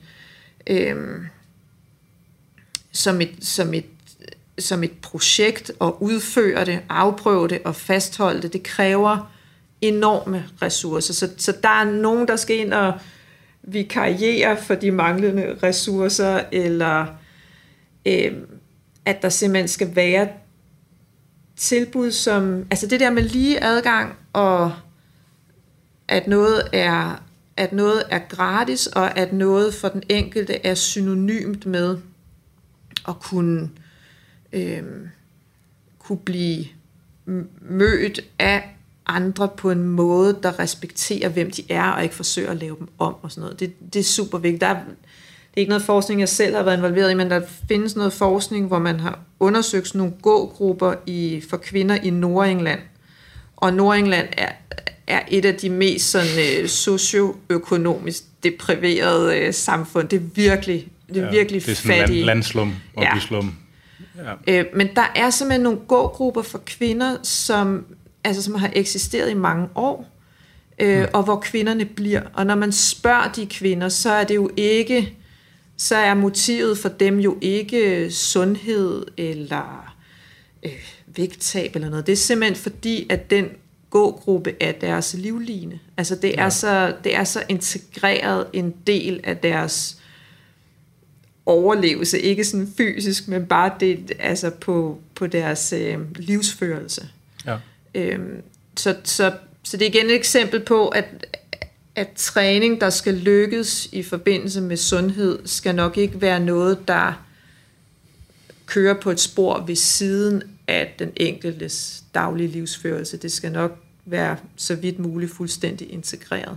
som et projekt, og udføre det, afprøve det og fastholde det, det kræver enorme ressourcer. Så der er nogen, der skal ind og vikariere for de manglende ressourcer, eller at der simpelthen skal være tilbud, som... Altså det der med lige adgang, og at noget er gratis, og at noget for den enkelte er synonymt med at kunne blive mødt af andre på en måde, der respekterer, hvem de er, og ikke forsøger at lave dem om og sådan noget. Det er super vigtigt. Det er ikke noget forskning, jeg selv har været involveret i, men der findes noget forskning, hvor man har undersøgt nogle gågrupper for kvinder i Nordengland. Og Nordengland er et af de mest sådan, socioøkonomisk depriverede samfund. Det er virkelig fattige. Det er sådan landslum og byslum. Ja. Men der er simpelthen nogle gågrupper for kvinder, som har eksisteret i mange år, og hvor kvinderne bliver. Og når man spørger de kvinder, så er det jo ikke, så er motivet for dem jo ikke sundhed eller vægttab eller noget. Det er simpelthen fordi, at den gågruppe er deres livline. Altså det er så integreret en del af deres overlevelse, ikke sådan fysisk, men bare det, på deres livsførelse. Ja. Så det er igen et eksempel på, at træning, der skal lykkes i forbindelse med sundhed, skal nok ikke være noget, der kører på et spor ved siden af den enkeltes daglige livsførelse. Det skal nok være så vidt muligt fuldstændig integreret.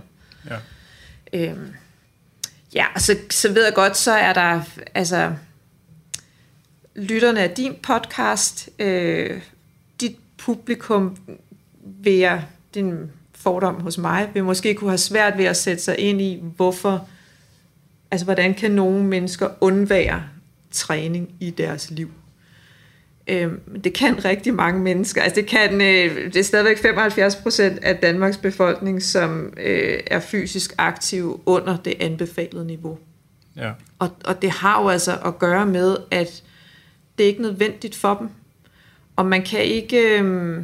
Ja. Og så ved jeg godt, så er der lytterne af din podcast, dit publikum din fordom hos mig, vil måske kunne have svært ved at sætte sig ind i, hvordan kan nogle mennesker undvære træning i deres liv. Det kan rigtig mange mennesker. Det er stadigvæk 75% af Danmarks befolkning, som er fysisk aktive under det anbefalede niveau. Ja. Og det har jo at gøre med, at det er ikke nødvendigt for dem. Og man kan ikke...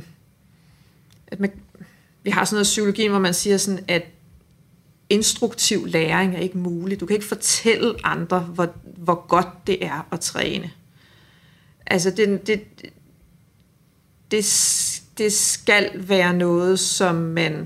vi har sådan noget psykologi, hvor man siger sådan, at instruktiv læring er ikke muligt. Du kan ikke fortælle andre, hvor godt det er at træne. Det skal være noget, som man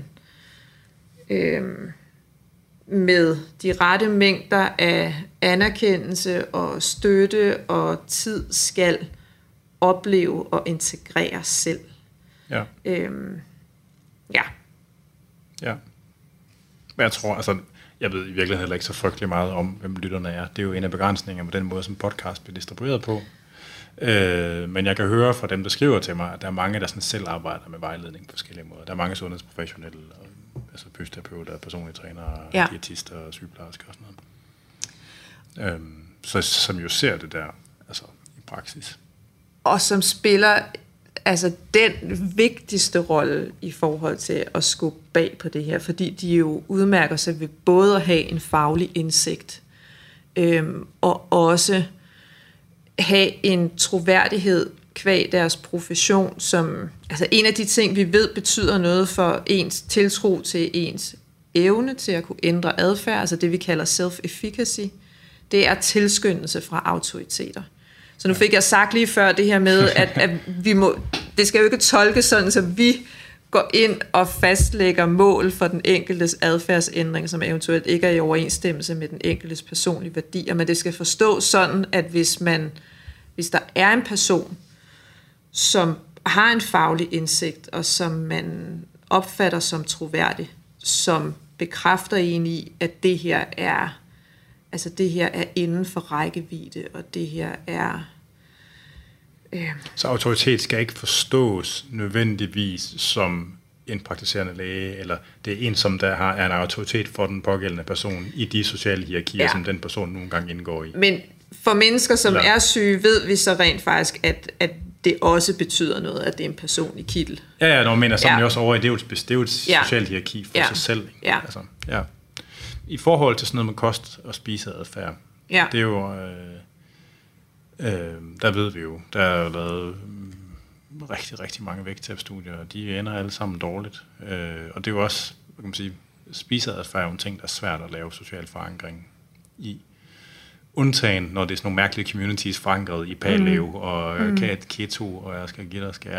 med de rette mængder af anerkendelse og støtte og tid skal opleve og integrere selv. Ja. Ja. Ja. Men jeg tror, Jeg ved i virkeligheden heller ikke så frygtelig meget om, hvem lytterne er. Det er jo en af begrænsningerne på den måde, som podcast bliver distribueret på. Men jeg kan høre fra dem, der skriver til mig, at der er mange, der sådan selv arbejder med vejledning på forskellige måder. Der er mange sundhedsprofessionelle, altså fysioterapeuter, personlige trænere, diætister og sygeplejersker og sådan noget. Så som jo ser det der altså i praksis. Og som spiller altså den vigtigste rolle i forhold til at skubbe bag på det her, fordi de jo udmærker sig ved både at have en faglig indsigt, og også have en troværdighed kvad deres profession, som altså en af de ting, vi ved betyder noget for ens tiltro til ens evne til at kunne ændre adfærd, altså det vi kalder self-efficacy, det er tilskyndelse fra autoriteter. Så nu fik jeg sagt lige før det her med, at vi må, det skal jo ikke tolkes sådan, så vi går ind og fastlægger mål for den enkeltes adfærdsændring, som eventuelt ikke er i overensstemmelse med den enkeltes personlige værdier, men det skal forstås sådan, at hvis der er en person, som har en faglig indsigt, og som man opfatter som troværdig, som bekræfter en i, at det her er inden for rækkevidde, og det her er... Så autoritet skal ikke forstås nødvendigvis som en praktiserende læge, eller det er en, som der er en autoritet for den pågældende person i de sociale hierarkier, som den person nogle gange indgår i. Men for mennesker, som er syge, ved vi så rent faktisk, at det også betyder noget, at det er en person i kittel. Ja, når man mener sådan også over i, det er jo et socialt hierarki for sig selv. Ja. Altså, ja. I forhold til sådan noget med kost og spiseadfærd, det er jo, der ved vi jo, der er jo lavet rigtig, rigtig mange vægttabsstudier, og de ender alle sammen dårligt. Og det er jo også, hvad kan man sige, spiseadfærd er jo en ting, der er svært at lave social forankring i. Undtagen, når det er sådan nogle mærkelige communities forankret i paleo og keto, og jeg skal give dig skære.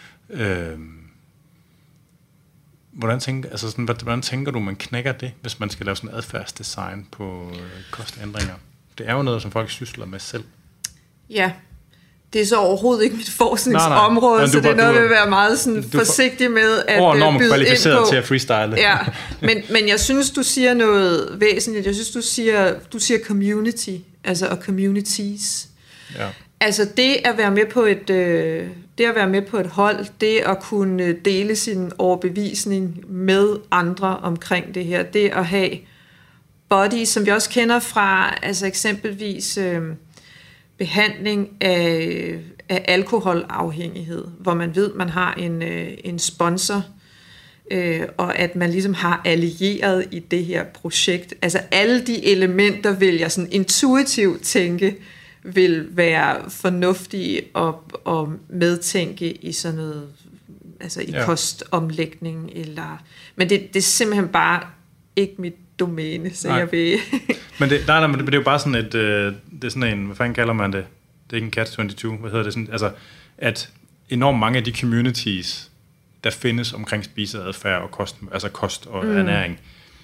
Hvordan tænker du, man knækker det, hvis man skal lave sådan en adfærdsdesign på kostændringer? Det er jo noget, som folk sysler med selv. Ja, det er så overhovedet ikke mit forskningsområde, så det er noget, jeg vil være meget sådan forsigtig med at enormt byde kvalificeret ind på. til at freestyle. Ja, men jeg synes, du siger noget væsentligt. Jeg synes, du siger community, altså og communities. Ja. Altså det at være med på et hold, det at kunne dele sin overbevisning med andre omkring det her, det at have bodies, som vi også kender fra altså eksempelvis behandling af alkoholafhængighed, hvor man ved, man har en sponsor, og at man ligesom har allieret i det her projekt. Altså alle de elementer vil jeg sådan intuitivt tænke, vil være fornuftige og medtænke i sådan noget, altså i kostomlægning, men det er simpelthen bare ikke mit domæne, så jeg vil... men det er jo bare sådan et, det er sådan en, hvad fanden kalder man det? Det er ikke en catch-22, hvad hedder det? Sådan, altså, at enormt mange af de communities, der findes omkring spiseadfærd og kost og ernæring,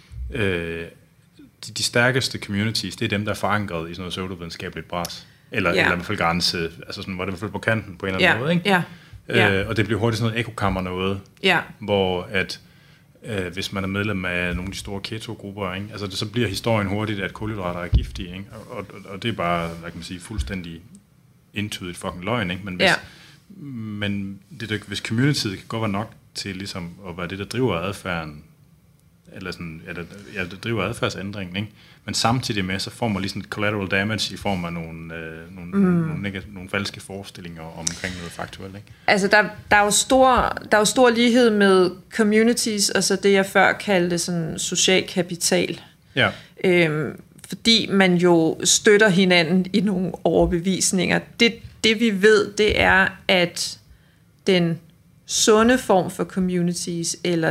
de stærkeste communities, det er dem, der er forankret i sådan noget pseudovidenskabeligt bras. Eller i hvert fald grænse, altså sådan, hvor det er i hvert fald på kanten på en eller anden måde, ikke? Og det bliver hurtigt sådan noget ekokammer noget, hvor at hvis man er medlem af nogle af de store keto-grupper, ikke? Altså så bliver historien hurtigt, at kulhydrater er giftige, ikke? Og det er bare, hvad kan man sige, fuldstændig entydigt fucking løgn, ikke? Men hvis communityet kan godt være nok til ligesom at være det, der driver adfærden, eller sådan, det driver adfærdsændringen, ikke? Men samtidig med, så får man lige sådan et collateral damage i form af nogle falske forestillinger omkring noget faktuelt, ikke? Altså, der er jo stor lighed med communities, og så det, jeg før kaldte sådan social kapital. Ja. Fordi man jo støtter hinanden i nogle overbevisninger. Det vi ved, det er, at den sunde form for communities, eller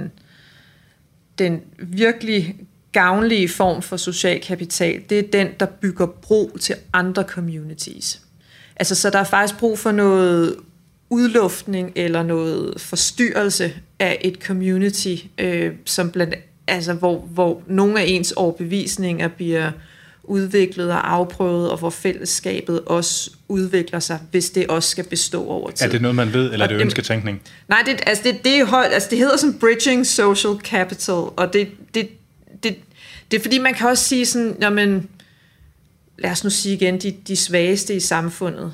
den virkelig gavnlige form for social kapital, det er den, der bygger bro til andre communities. Altså, så der er faktisk brug for noget udluftning eller noget forstyrrelse af et community, som hvor nogle af ens overbevisninger bliver udviklet og afprøvet, og hvor fællesskabet også udvikler sig, hvis det også skal bestå over tid. Er det noget, man ved, eller er det ønsketænkning? Nej, det hedder sådan bridging social capital, og Det er fordi, man kan også sige sådan, jamen, lad os nu sige igen, de svageste i samfundet,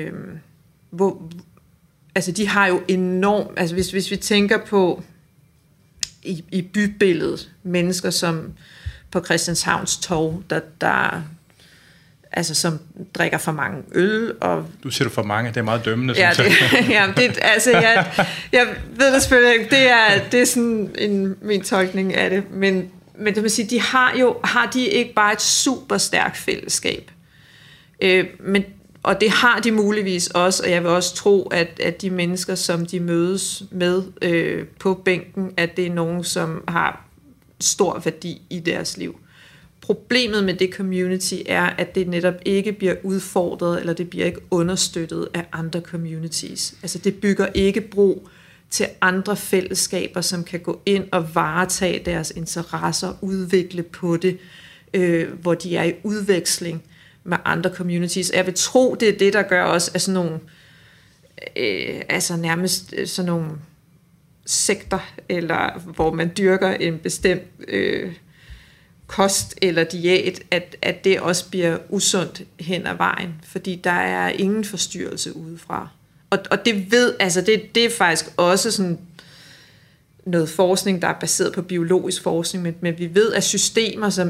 altså de har jo enormt, altså hvis vi tænker på i bybilledet, mennesker som på Christianshavns Torv, der altså som drikker for mange øl. Og du siger for mange, det er meget dømmende. Ja, altså jeg ved det selvfølgelig ikke, det er sådan min tolkning af det, men det vil sige, har de ikke bare et super stærkt fællesskab, og det har de muligvis også, og jeg vil også tro, at de mennesker, som de mødes med på bænken, at det er nogen, som har stor værdi i deres liv. Problemet med det community er, at det netop ikke bliver udfordret, eller det bliver ikke understøttet af andre communities. Altså det bygger ikke bro til andre fællesskaber, som kan gå ind og varetage deres interesser, udvikle på det, hvor de er i udveksling med andre communities. Jeg vil tro, det er det, der gør også af sådan nogle, altså nærmest sådan nogle sekter, eller hvor man dyrker en bestemt kost eller diæt, at det også bliver usundt hen ad vejen, fordi der er ingen forstyrrelse udefra. Og det det er faktisk også sådan noget forskning, der er baseret på biologisk forskning, men vi ved, at systemer, som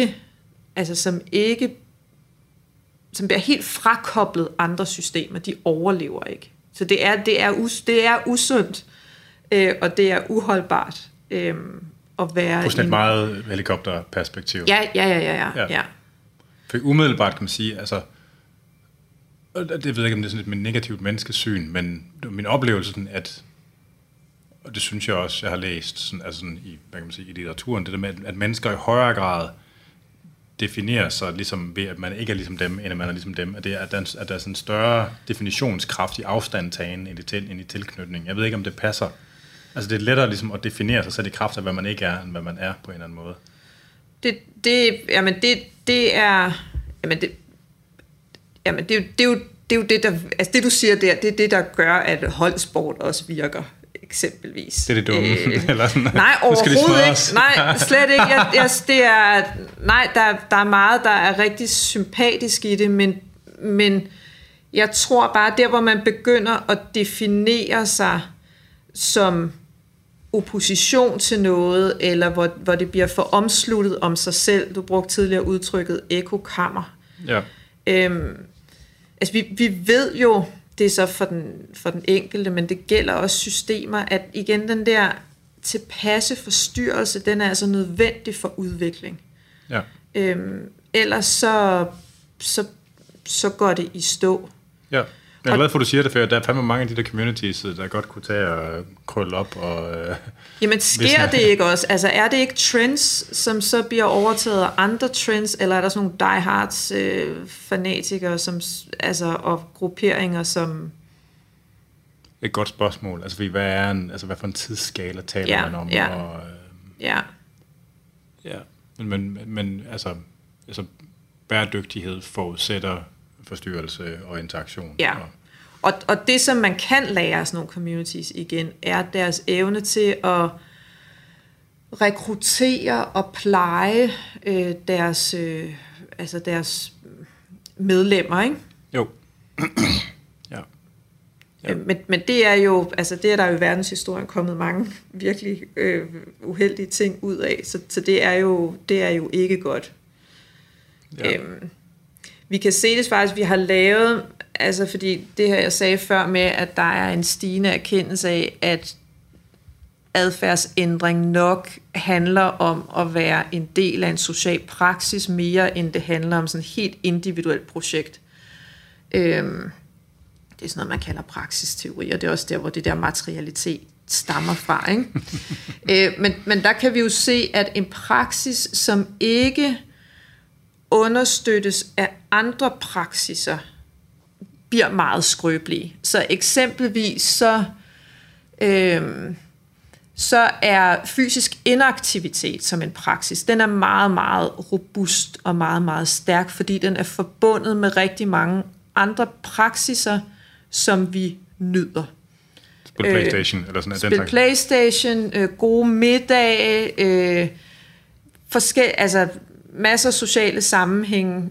bliver helt frakoblet andre systemer, de overlever ikke. Så det er usundt, og det er uholdbart at være på sådan et meget helikopterperspektiv. Ja. For umiddelbart kan man sige, altså, det ved jeg ikke, om det er sådan et negativt menneskesyn, men min oplevelse sådan, at, og det synes jeg også, jeg har læst sådan, altså sådan i, hvad kan man sige, i litteraturen, det der med, at mennesker i højere grad definerer sig ligesom ved, at man ikke er ligesom dem, end at man er ligesom dem, at der er sådan en større definitionskraft i afstandtagen end i tilknytning. Jeg ved ikke, om det passer. Altså det er lettere ligesom at definere sig selv i kraft af, hvad man ikke er, end hvad man er på en eller anden måde. Det er jo det, der, altså det du siger der, det er det, der gør, at holdsport også virker, eksempelvis. Det er det dumme. Eller sådan, nej, overhovedet ikke. Nej, slet ikke. Der er meget, der er rigtig sympatisk i det, men jeg tror bare, der hvor man begynder at definere sig som opposition til noget, eller hvor det bliver for omsluttet om sig selv. Du brugte tidligere udtrykket ekokammer. Ja. Altså vi ved jo, det er så for den enkelte, men det gælder også systemer, at igen den der tilpasse forstyrrelse, den er altså nødvendig for udvikling. Ja. Ellers så går det i stå. Ja. Jeg er glad for, at du siger det, for der er fandme mange af de der communities, der godt kunne tage og krølle op. Jamen sker det ikke også? Altså er det ikke trends, som så bliver overtaget af andre trends, eller er der sådan nogle diehards fanatikere, og grupperinger, som... Et godt spørgsmål. Altså hvad for en tidsskala taler man om? Ja. Men altså bæredygtighed forudsætter forstyrrelse og interaktion. Ja, og det som man kan lære af sådan nogle communities igen, er deres evne til at rekruttere og pleje deres medlemmer, ikke? Jo. Ja. Men det er jo, altså det er der jo i verdenshistorien kommet mange virkelig uheldige ting ud af, så det er jo ikke godt. Ja. Vi kan se det faktisk, vi har lavet, altså fordi det her jeg sagde før med, at der er en stigende erkendelse af, at adfærdsændring nok handler om at være en del af en social praksis, mere end det handler om sådan et helt individuelt projekt. Det er sådan noget, man kalder praksisteori, og det er også der, hvor det der materialitet stammer fra, ikke? Men der kan vi jo se, at en praksis, som ikke understøttes af andre praksiser, bliver meget skrøbelige. Så eksempelvis så er fysisk inaktivitet som en praksis, den er meget, meget robust og meget, meget stærk, fordi den er forbundet med rigtig mange andre praksiser, som vi nyder. Spil PlayStation eller sådan noget. Spil PlayStation, gode middage, masser af sociale sammenhænge.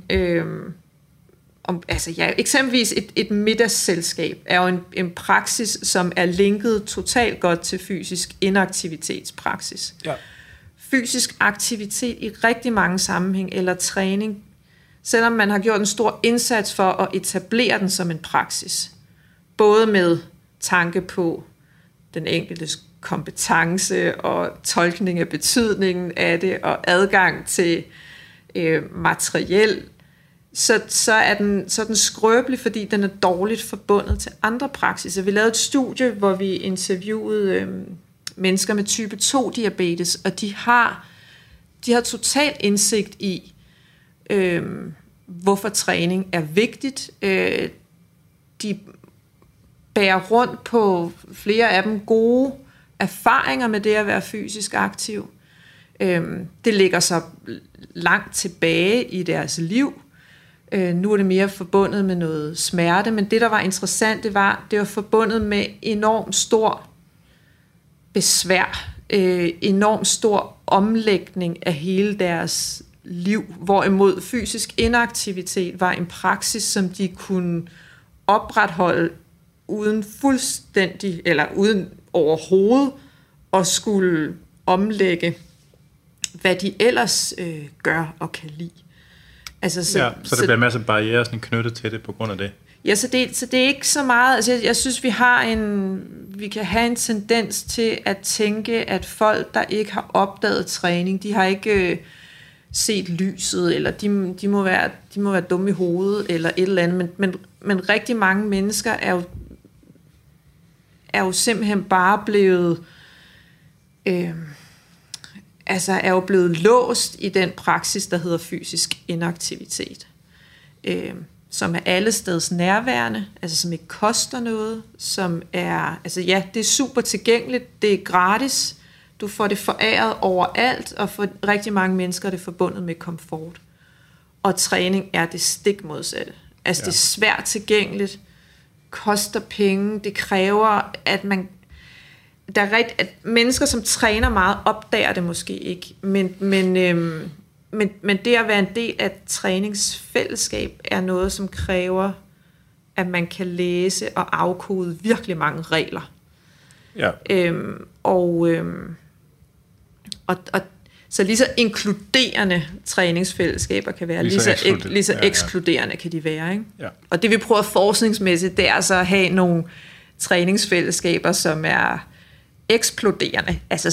Eksempelvis et middagsselskab er jo en praksis, som er linket totalt godt til fysisk inaktivitetspraksis. Ja. Fysisk aktivitet i rigtig mange sammenhæng, eller træning, selvom man har gjort en stor indsats for at etablere den som en praksis. Både med tanke på den enkeltes kompetence og tolkning af betydningen af det, og adgang til materiel, så er den skrøbelig, fordi den er dårligt forbundet til andre praksiser. Vi lavede et studie, hvor vi interviewede mennesker med type 2-diabetes, og de har total indsigt i, hvorfor træning er vigtigt. De bærer rundt på flere af dem gode erfaringer med det at være fysisk aktiv. Det ligger så langt tilbage i deres liv. Nu er det mere forbundet med noget smerte, men det, der var interessant, det var forbundet med enormt stor besvær, enormt stor omlægning af hele deres liv, hvorimod fysisk inaktivitet var en praksis, som de kunne opretholde uden fuldstændig, eller uden overhovedet at skulle omlægge, hvad de ellers gør og kan lide. Altså, så der bliver en masse barrierer sådan knyttet til det på grund af det. Ja, så det er ikke så meget. Altså, jeg synes, vi kan have en tendens til at tænke, at folk, der ikke har opdaget træning, de har ikke set lyset, eller de må være dumme i hovedet, eller et eller andet. Men rigtig mange mennesker er jo simpelthen bare blevet er jo blevet låst i den praksis, der hedder fysisk inaktivitet, som er allesteds nærværende, altså som ikke koster noget, som er, det er super tilgængeligt, det er gratis, du får det foræret overalt, og for rigtig mange mennesker er det forbundet med komfort. Og træning er det stik modsatte. Altså det er svært tilgængeligt, koster penge, det kræver, at man at mennesker, som træner meget, opdager det måske ikke, men det at være en del af et træningsfællesskab er noget, som kræver, at man kan læse og afkode virkelig mange regler. Ja. Så lige så inkluderende træningsfællesskaber kan være, lige så ekskluderende kan de være. Ikke? Ja. Og det vi prøver forskningsmæssigt, det er så at have nogle træningsfællesskaber, som er eksploderende, altså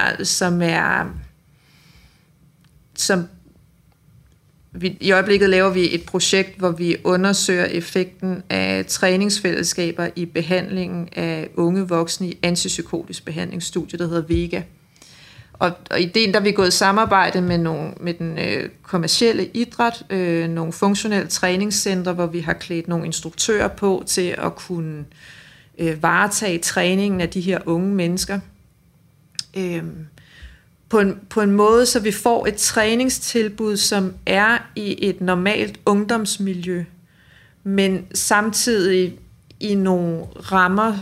i øjeblikket laver vi et projekt, hvor vi undersøger effekten af træningsfællesskaber i behandlingen af unge voksne i antipsykotisk behandlingsstudie, der hedder VEGA. Og ideen, der vi gået i samarbejde med den kommercielle idræt, nogle funktionelle træningscentre, hvor vi har klædt nogle instruktører på til at kunne varetage træningen af de her unge mennesker på en måde, så vi får et træningstilbud, som er i et normalt ungdomsmiljø, men samtidig i nogle rammer,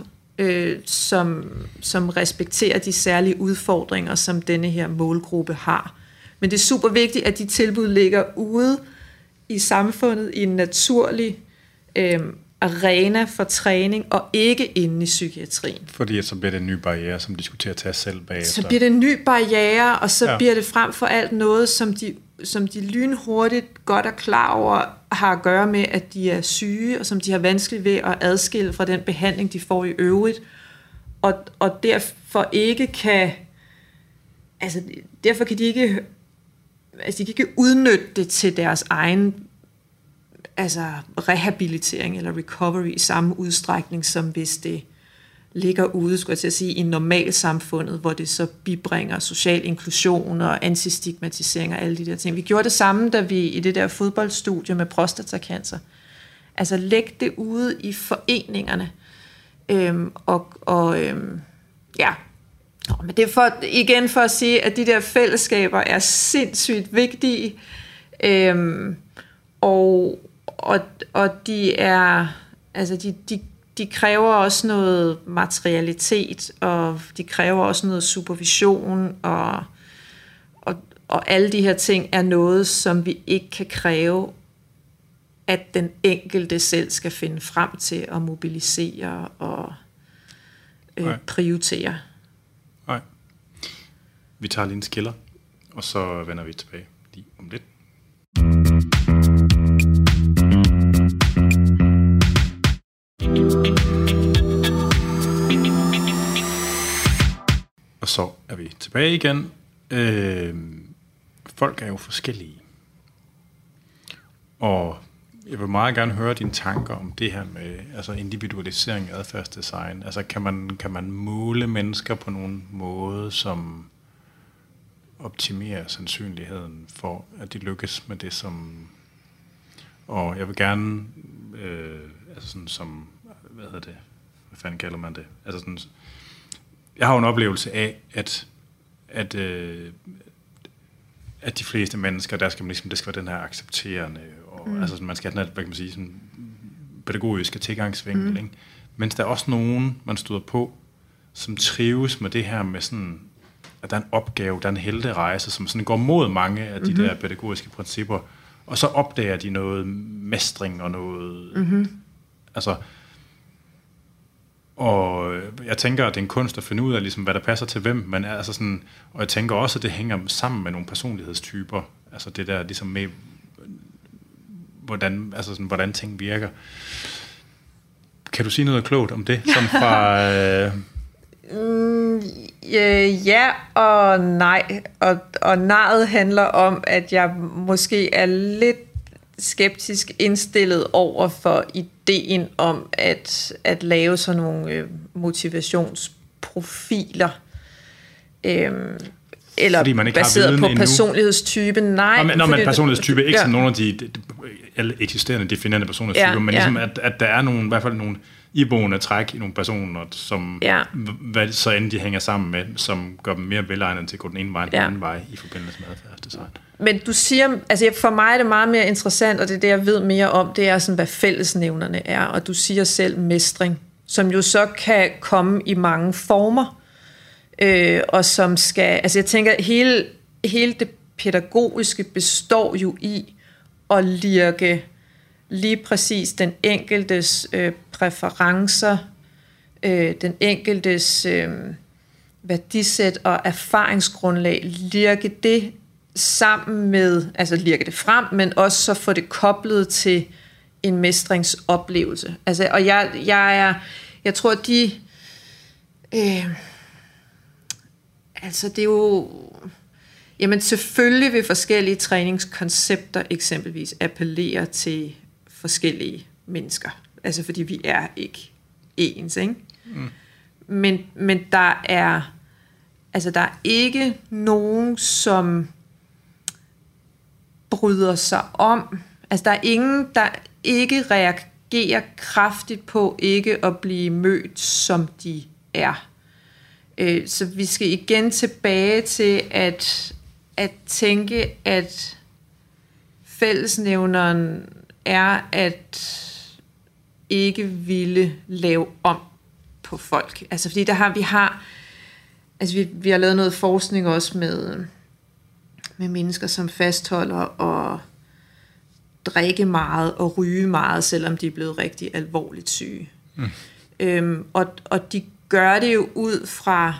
som respekterer de særlige udfordringer, som denne her målgruppe har. Men det er super vigtigt, at de tilbud ligger ude i samfundet i en naturlig arena for træning, og ikke inde i psykiatrien. Fordi så bliver det en ny barriere, som de skulle til at tage selv bagefter. Så bliver det en ny barriere, og så bliver det frem for alt noget, som de lynhurtigt godt er klar over, har at gøre med, at de er syge, og som de har vanskeligt ved at adskille fra den behandling, de får i øvrigt. Og derfor ikke kan... Altså, derfor kan de ikke... Altså, de kan ikke udnytte det til deres egen rehabilitering eller recovery i samme udstrækning, som hvis det ligger ude, skulle jeg til at sige, i normalsamfundet, hvor det så bibringer social inklusion og antistigmatisering og alle de der ting. Vi gjorde det samme, da vi i det der fodboldstudie med prostatacancer. Altså læg det ude i foreningerne. Men det er for at sige, at de der fællesskaber er sindssygt vigtige, og de er, altså de kræver også noget materialitet, og de kræver også noget supervision, Og alle de her ting er noget, som vi ikke kan kræve, at den enkelte selv skal finde frem til at mobilisere og prioritere. Nej. Vi tager lige en skiller, og så vender vi tilbage lige om lidt. Og så er vi tilbage igen. Folk er jo forskellige. Og jeg vil meget gerne høre dine tanker om det her med altså individualisering af adfærdsdesign. Altså kan man måle mennesker på nogen måde, som optimerer sandsynligheden for, at de lykkes med det, som... Og jeg vil gerne, altså sådan som, hvad fanden kalder man det? Altså sådan, jeg har jo en oplevelse af, at de fleste mennesker, der skal man ligesom, det skal være den her accepterende, og altså sådan, man skal have den her, hvad kan man sige, sådan pædagogiske tilgangsvinkel, ikke? Mens der er også nogen, man støder på, som trives med det her med sådan, at der er en opgave, der er en helterejse, som sådan går mod mange af de der pædagogiske principper, og så opdager de noget mestring og noget, altså, og jeg tænker, at det er en kunst at finde ud af, ligesom, hvad der passer til hvem, men altså sådan, og jeg tænker også, at det hænger sammen med nogle personlighedstyper, altså det der ligesom med, hvordan ting virker. Kan du sige noget klogt om det, som fra... Ja og nej. Og nejet handler om, at jeg måske er lidt skeptisk indstillet over for ideen om at lave sådan nogle motivationsprofiler. Eller fordi man ikke baseret på personlighedstypen. Nej, men personlighedstype er ikke sådan nogle af de eksisterende definerende personlighedstyper, men ligesom at der er nogle, i hvert fald nogle iboende træk i nogle personer, som hvad så end de hænger sammen med, som gør dem mere velegnede til at gå den ene vej og den anden vej i forbindelse med adfærdsdesign. Men du siger, altså for mig er det meget mere interessant, og det er det, jeg ved mere om, det er sådan, hvad fællesnævnerne er, og du siger selv mestring, som jo så kan komme i mange former, og som skal, altså jeg tænker, hele det pædagogiske består jo i at lirke lige præcis den enkeltes præferencer, den enkeltes værdisæt og erfaringsgrundlag, lirke det sammen med, altså lirke det frem, men også så få det koblet til en mestringsoplevelse. Altså, og jeg tror, at altså det er jo, jamen selvfølgelig vil forskellige træningskoncepter eksempelvis appellere til forskellige mennesker. Altså fordi vi er ikke ens, ikke? Men der er ikke nogen, som bryder sig om. Altså der er ingen, der ikke reagerer kraftigt på ikke at blive mødt, som de er. Så vi skal igen tilbage til at tænke, at fællesnævneren er at ikke ville lave om på folk. Altså fordi vi har lavet noget forskning også med mennesker, som fastholder at drikke meget og ryge meget, selvom de er blevet rigtig alvorligt syge. Og de gør det jo ud fra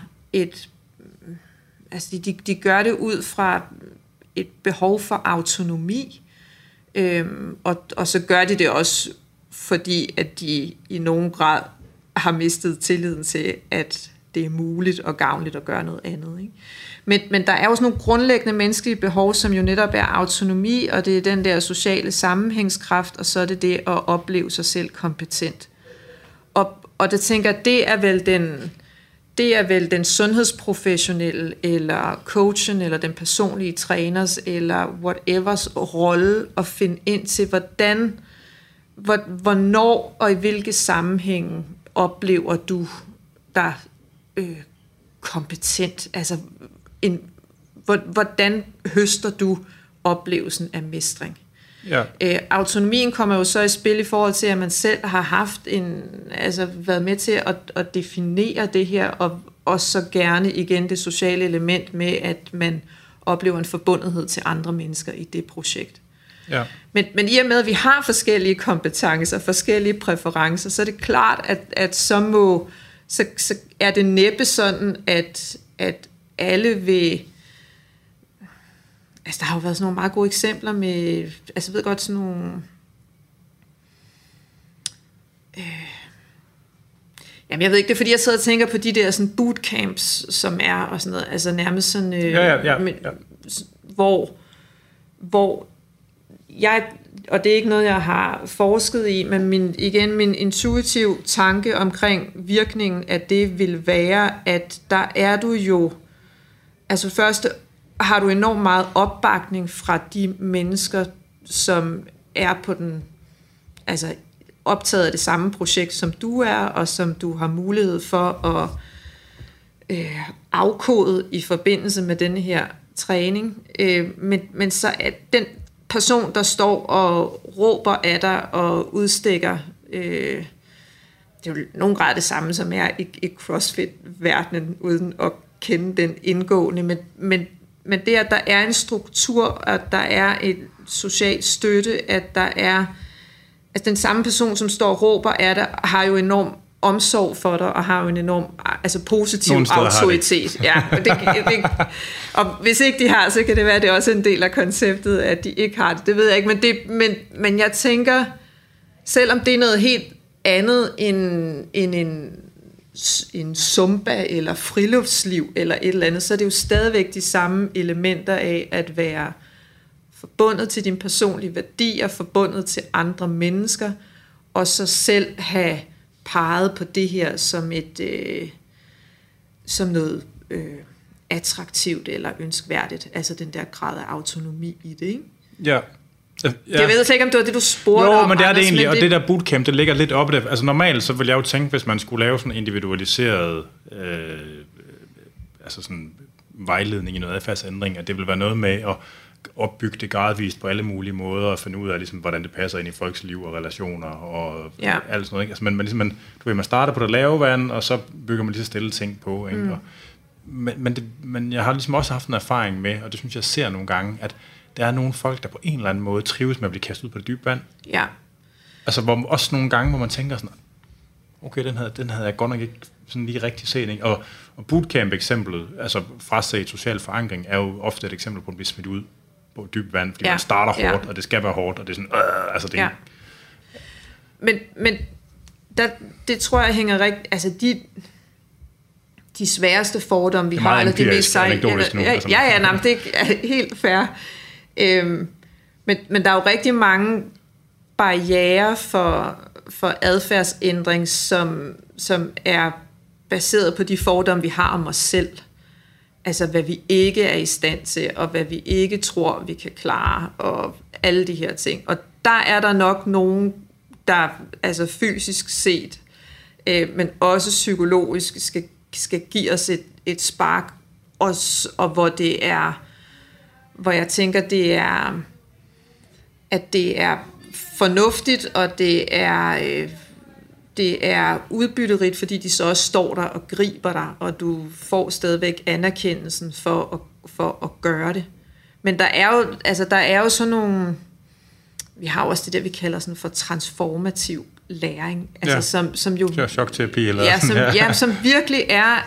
de gør det ud fra et behov for autonomi, og så gør de det også, fordi at de i nogen grad har mistet tilliden til, at det er muligt og gavnligt at gøre noget andet, ikke? Men der er jo sådan nogle grundlæggende menneskelige behov, som jo netop er autonomi, og det er den der sociale sammenhængskraft, og så er det at opleve sig selv kompetent. Og det tænker jeg, det er vel den sundhedsprofessionelle, eller coachen, eller den personlige træners, eller whatevers rolle at finde ind til, hvornår og i hvilke sammenhænge oplever du dig kompetent? Altså, hvordan høster du oplevelsen af mestring? Ja. Autonomien kommer jo så i spil i forhold til, at man selv har haft været med til at definere det her, og så gerne igen det sociale element med, at man oplever en forbundethed til andre mennesker i det projekt. Ja. Men i og med, at vi har forskellige kompetencer, forskellige præferencer, så er det klart, at så er det næppe sådan, at alle vil... Altså, der har jo været sådan nogle meget gode eksempler med... Altså, jeg ved godt, sådan nogle... Jamen, jeg ved ikke, det er fordi, jeg sidder og tænker på de der sådan bootcamps, som er og sådan noget, altså nærmest sådan... Ja. Hvor jeg, og det er ikke noget, jeg har forsket i, men min intuitiv tanke omkring virkningen af det vil være, at der er du jo... Altså først har du enormt meget opbakning fra de mennesker, som er på den... Altså optaget af det samme projekt, som du er, og som du har mulighed for at afkode i forbindelse med denne her træning. Men så er den person, der står og råber af dig og udstikker, det er jo nogen grad det samme, som er i CrossFit-verdenen, uden at kende den indgående, men det, at der er en struktur, at der er et socialt støtte, at der er... Altså den samme person, som står og råber af dig, har jo enorm omsorg for dig, og har jo en enorm positiv autoritet. Ja, og hvis ikke de har, så kan det være, at det er også en del af konceptet, at de ikke har det. Det ved jeg ikke, men jeg tænker, selvom det er noget helt andet end en zumba eller friluftsliv eller et eller andet, så er det jo stadigvæk de samme elementer af at være forbundet til dine personlige værdier, forbundet til andre mennesker, og så selv have peget på det her som som noget attraktivt eller ønskværdigt, altså den der grad af autonomi i det, ikke? Ja. Jeg ved ikke, om det var det, du spurgte om. Jo, men det er det egentlig, og det der bootcamp, det ligger lidt op af det. Altså normalt, så ville jeg jo tænke, hvis man skulle lave sådan en individualiseret altså sådan vejledning i noget adfærdsændring, at det ville være noget med at opbygge det gradvist på alle mulige måder, og finde ud af, ligesom, hvordan det passer ind i folks liv og relationer, og alt sådan noget. Ikke? Altså, man starter på det lave vand, og så bygger man lige så stille ting på. Ikke? Men jeg har ligesom også haft en erfaring med, og det synes jeg ser nogle gange, at der er nogle folk, der på en eller anden måde trives med at blive kastet ud på det dybe vand. Ja. Altså også nogle gange, hvor man tænker sådan, okay, den havde jeg godt nok ikke sådan lige rigtig set. Ikke? Og bootcamp-eksemplet, altså fraset social forankring, er jo ofte et eksempel på at blive smidt ud på dybt vand, fordi man starter hårdt, og det skal være hårdt, og det er sådan, altså det... Ja. Men det tror jeg hænger rigtigt, altså de sværeste fordomme, vi har, eller de mest sejle... det er helt fair. Men der er jo rigtig mange barrierer for adfærdsændring, som er baseret på de fordomme, vi har om os selv. Altså, hvad vi ikke er i stand til, og hvad vi ikke tror, vi kan klare, og alle de her ting. Og der er der nok nogen, der altså fysisk set, men også psykologisk, skal give os et spark, og hvor jeg tænker, at det er fornuftigt, og det er udbytterigt, fordi de så også står der og griber dig, og du får stadigvæk anerkendelsen for at gøre det. Men der er jo sådan nogle, vi har også det der, vi kalder sådan for transformativ læring, altså som jo chokterapi eller som virkelig er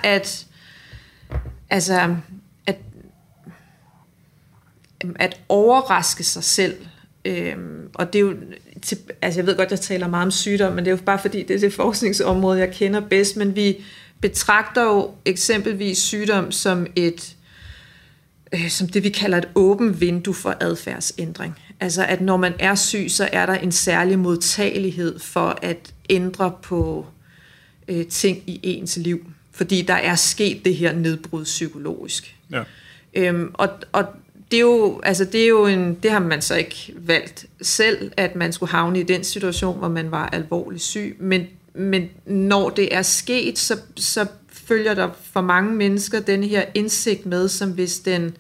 at overraske sig selv. Og det er jo, altså jeg ved godt, jeg taler meget om sygdom, men det er jo bare fordi, det er det forskningsområde, jeg kender bedst, men vi betragter jo eksempelvis sygdom som som det, vi kalder et åbent vindue for adfærdsændring. Altså at når man er syg, så er der en særlig modtagelighed for at ændre på ting i ens liv, fordi der er sket det her nedbrud psykologisk. Ja. Og det er jo det har man så ikke valgt selv, at man skulle havne i den situation, hvor man var alvorligt syg. Men når det er sket, så følger der for mange mennesker den her indsigt med, som hvis den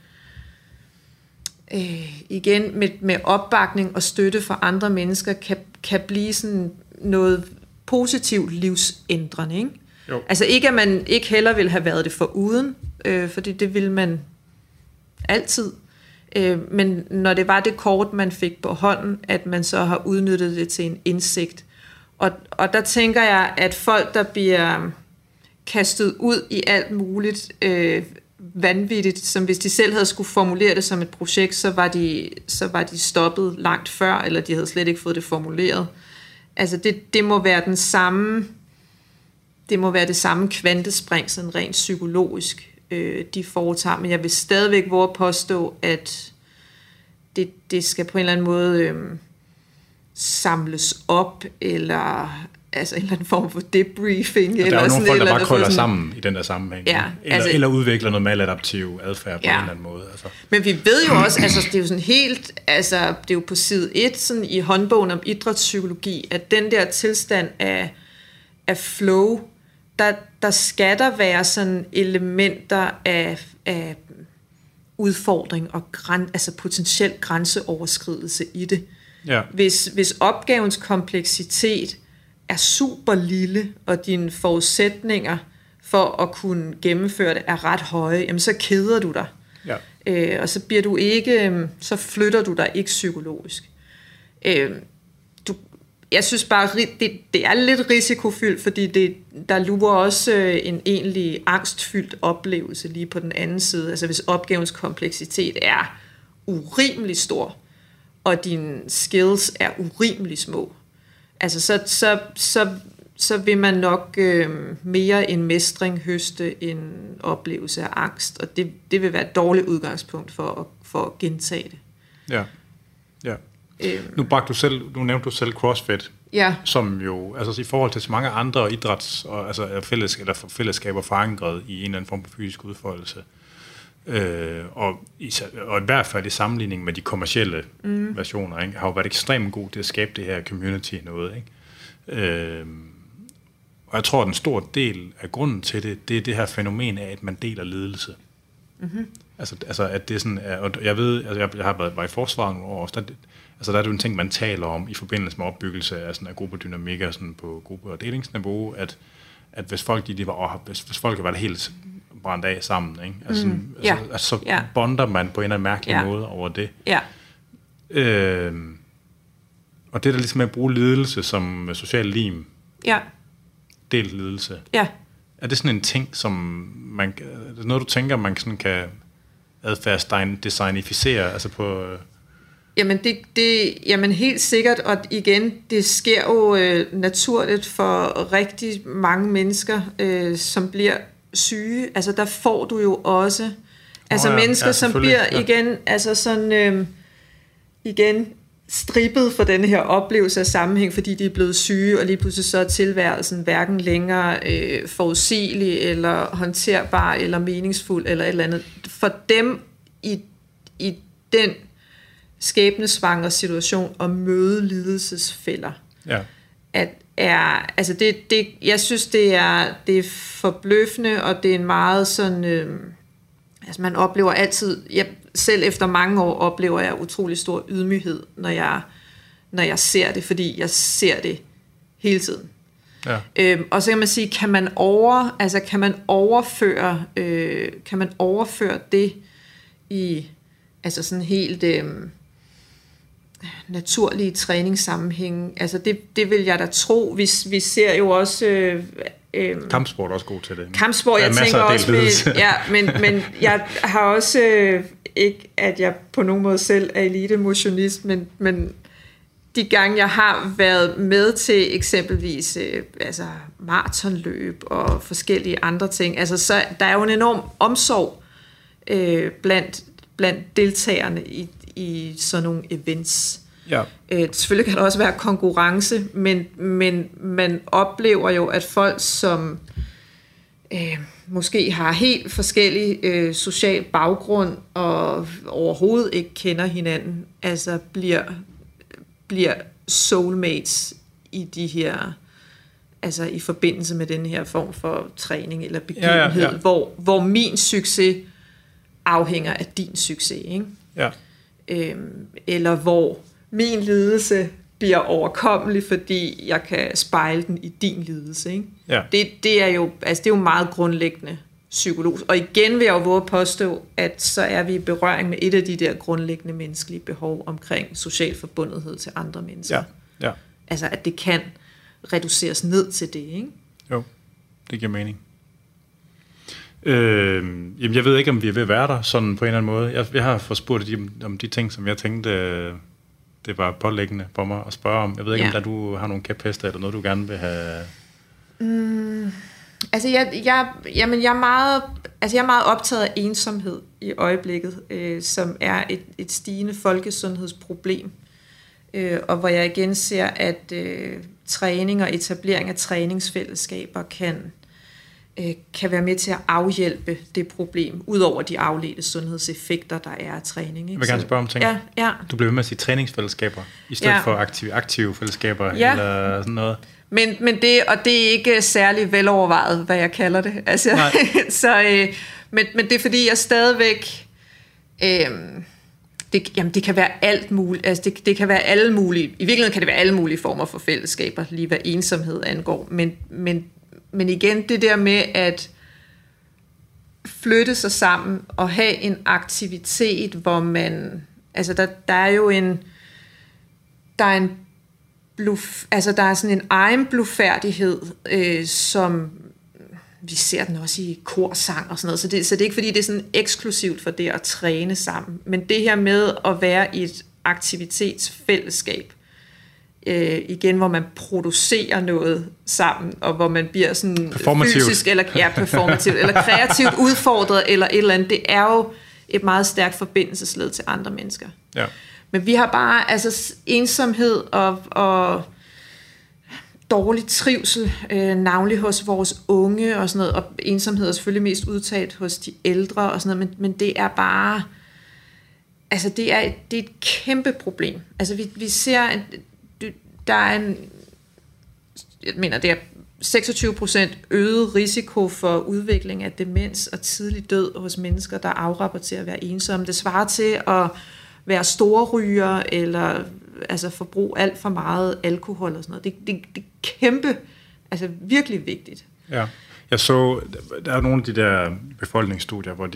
igen med opbakning og støtte fra andre mennesker kan blive sådan noget positivt livsændrende. Ikke? Altså ikke, at man ikke heller ville have været det foruden, fordi det ville man altid. Men når det var det kort, man fik på hånden, at man så har udnyttet det til en indsigt. Og der tænker jeg, at folk, der bliver kastet ud i alt muligt vanvittigt, som hvis de selv havde skulle formulere det som et projekt, så var de stoppet langt før, eller de havde slet ikke fået det formuleret. Altså det må være den samme, det må være det samme kvantespring, sådan rent psykologisk, de foretager. Men jeg vil stadigvæk våge at påstå, at det skal på en eller anden måde samles op, eller altså en eller anden form for debriefing. Der eller er jo nogle folk, der bare krøller sådan sammen i den der sammenhæng. Ja, eller udvikler noget maladaptiv adfærd på en eller anden måde. Altså. Men vi ved jo også, altså det er jo sådan helt, altså det er jo på side 1 sådan i håndbogen om idrætspsykologi, at den der tilstand af flow, der skal der være sådan elementer af udfordring og altså potentiel grænseoverskridelse i det. Ja. Hvis opgavens kompleksitet er super lille, og dine forudsætninger for at kunne gennemføre det er ret høje, jamen så keder du dig. Ja. Og så bliver du ikke, så flytter du dig ikke psykologisk. Jeg synes bare, det er lidt risikofyldt, fordi der lurer også en egentlig angstfyldt oplevelse lige på den anden side. Altså hvis opgavens kompleksitet er urimelig stor, og dine skills er urimelig små, altså så vil man nok mere en mestring høste en oplevelse af angst, og det vil være et dårligt udgangspunkt for at gentage det. Ja. Ja. Nu nævnte du selv CrossFit, som jo, altså i forhold til så mange andre idræts, og, altså fællesskaber forankret i en eller anden form for fysisk udfoldelse, og i hvert fald i sammenligning med de kommercielle versioner, ikke, har jo været ekstremt god til at skabe det her community noget, ikke? Og jeg tror, at en stor del af grunden til det er det her fænomen af, at man deler ledelse. Mm-hmm. Altså at det er sådan, og jeg ved, altså jeg har været i forsvaret nogle år, der er det jo en ting, man taler om i forbindelse med opbyggelse af sådan en gruppedynamikker sådan på gruppe- og delingsniveau, at hvis folk hvis folk var helt brændt af sammen, ikke? Så bonder man på en eller anden mærkelig måde over det. Ja. Og det der ligesom med at bruge ledelse som social lim. Ja. Delt ledelse. Ja. Er det sådan en ting, som er det noget, du tænker, man sådan kan adfærdsdesignificere, altså på... Jamen helt sikkert, og igen, det sker jo naturligt for rigtig mange mennesker, som bliver syge. Altså der får du jo også, mennesker, som bliver igen, altså sådan, igen strippet for den her oplevelse af sammenhæng, fordi de er blevet syge, og lige pludselig så er tilværelsen hverken længere forudsigelig, eller håndterbar, eller meningsfuld, eller et eller andet. For dem i den skæbnesvangre situation at møde lidelsesfælder. Ja. Jeg synes, det er forbløffende, og det er en meget sådan... man oplever altid... Selv efter mange år oplever jeg utrolig stor ydmyghed, når jeg ser det, fordi jeg ser det hele tiden. Ja. Og så kan man sige, kan man overføre det i altså sådan helt naturlige træningssammenhænge. Altså det vil jeg da tro. Vi ser jo også... kampsport er også god til det. Kampsport, jeg tænker også... men jeg har også... ikke, at jeg på nogen måde selv er elite-motionist, men de gange, jeg har været med til eksempelvis maratonløb og forskellige andre ting, altså så der er jo en enorm omsorg blandt deltagerne i sådan nogle events. Ja. Selvfølgelig kan der også være konkurrence, men man oplever jo, at folk, som måske har helt forskellig social baggrund og overhovedet ikke kender hinanden, altså bliver soulmates i de her, altså i forbindelse med den her form for træning eller begivenhed, hvor min succes afhænger af din succes, ikke? Ja. Eller hvor min lidelse bliver overkommelig, fordi jeg kan spejle den i din lidelse, ikke? Ja. Det er jo meget grundlæggende psykologisk. Og igen vil jeg jo våge at påstå, at så er vi i berøring med et af de der grundlæggende menneskelige behov omkring social forbundethed til andre mennesker. Ja. Altså, at det kan reduceres ned til det, ikke? Jo, det giver mening. Jamen, jeg ved ikke, om vi er ved at være der sådan på en eller anden måde. Jeg har fået spurgt om de ting, som jeg tænkte, det var pålæggende for mig at spørge om. Jeg ved ikke, om du har nogle kæpheste eller noget, du gerne vil have... Altså, jeg er meget optaget af ensomhed i øjeblikket, som er et stigende folkesundhedsproblem. Og hvor jeg igen ser, at træning og etablering af træningsfællesskaber kan være med til at afhjælpe det problem, ud over de afledte sundhedseffekter, der er af træning. Ikke? Jeg vil gerne spørge om ting. Ja. Du blev ved med at sige træningsfællesskaber, i stedet for aktive fællesskaber, eller sådan noget. Men det er ikke særlig velovervejet, hvad jeg kalder det. Altså, men det er fordi, jeg stadigvæk... Det kan være alt muligt. Altså det kan være alle mulige... I virkeligheden kan det være alle mulige former for fællesskaber, lige hvad ensomhed angår. Men igen, det der med at flytte sig sammen og have en aktivitet, hvor man... Altså, der er jo en... Der er sådan en egen blufærdighed, som vi ser den også i korsang og sådan noget. Så det er ikke fordi, det er sådan eksklusivt for det at træne sammen. Men det her med at være i et aktivitetsfællesskab, igen, hvor man producerer noget sammen, og hvor man bliver sådan fysisk performativt, eller kreativt udfordret, eller et eller andet, det er jo et meget stærkt forbindelsesled til andre mennesker. Ja. Men vi har bare ensomhed og dårlig trivsel, navnlig hos vores unge og sådan noget, og ensomhed er selvfølgelig mest udtalt hos de ældre og sådan noget, men det er bare, altså det er et kæmpe problem. Altså vi ser, at der er det er 26% øget risiko for udvikling af demens og tidlig død hos mennesker, der afrapporterer at være ensomme. Det svarer til at være storryger eller altså forbrug alt for meget alkohol og sådan noget. Det er kæmpe, altså virkelig vigtigt. Ja, jeg så, der er nogle af de der befolkningsstudier, hvor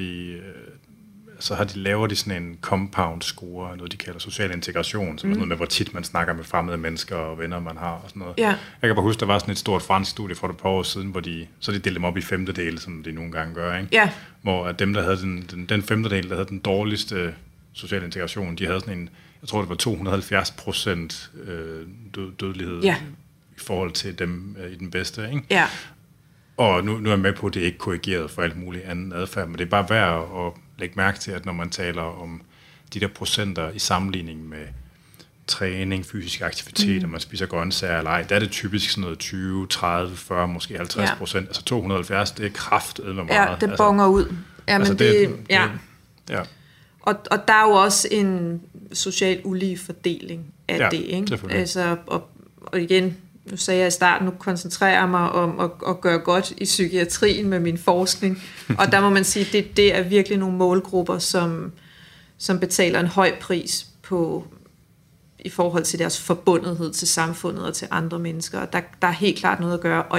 så laver de sådan en compound score, noget de kalder social integration, som er noget med, hvor tit man snakker med fremmede mennesker og venner, man har og sådan noget. Ja. Jeg kan bare huske, der var sådan et stort fransk studie for et par år siden, hvor de delte dem op i femtedele, som de nogle gange gør, ikke? Ja. Hvor dem, der havde den femtedel, der havde den dårligste social integration, de havde sådan en, jeg tror det var 270% dødelighed i forhold til dem i den bedste, ikke? Ja. Og nu er jeg med på, at det er ikke korrigeret for alt muligt anden adfærd, men det er bare værd at lægge mærke til, at når man taler om de der procenter i sammenligning med træning, fysisk aktivitet, og man spiser grøntsager eller ej, der er det typisk sådan noget 20, 30, 40, måske 50%. Altså 270, det er kraftedme meget. Ja, det bonger ud. Ja, men altså ja. Og der er jo også en social ulige fordeling af det, ikke? Altså, og igen, nu sagde jeg i starten, nu koncentrerer jeg mig om at gøre godt i psykiatrien med min forskning, og der må man sige, at det er virkelig nogle målgrupper, som betaler en høj pris på i forhold til deres forbundethed til samfundet og til andre mennesker, og der er helt klart noget at gøre, og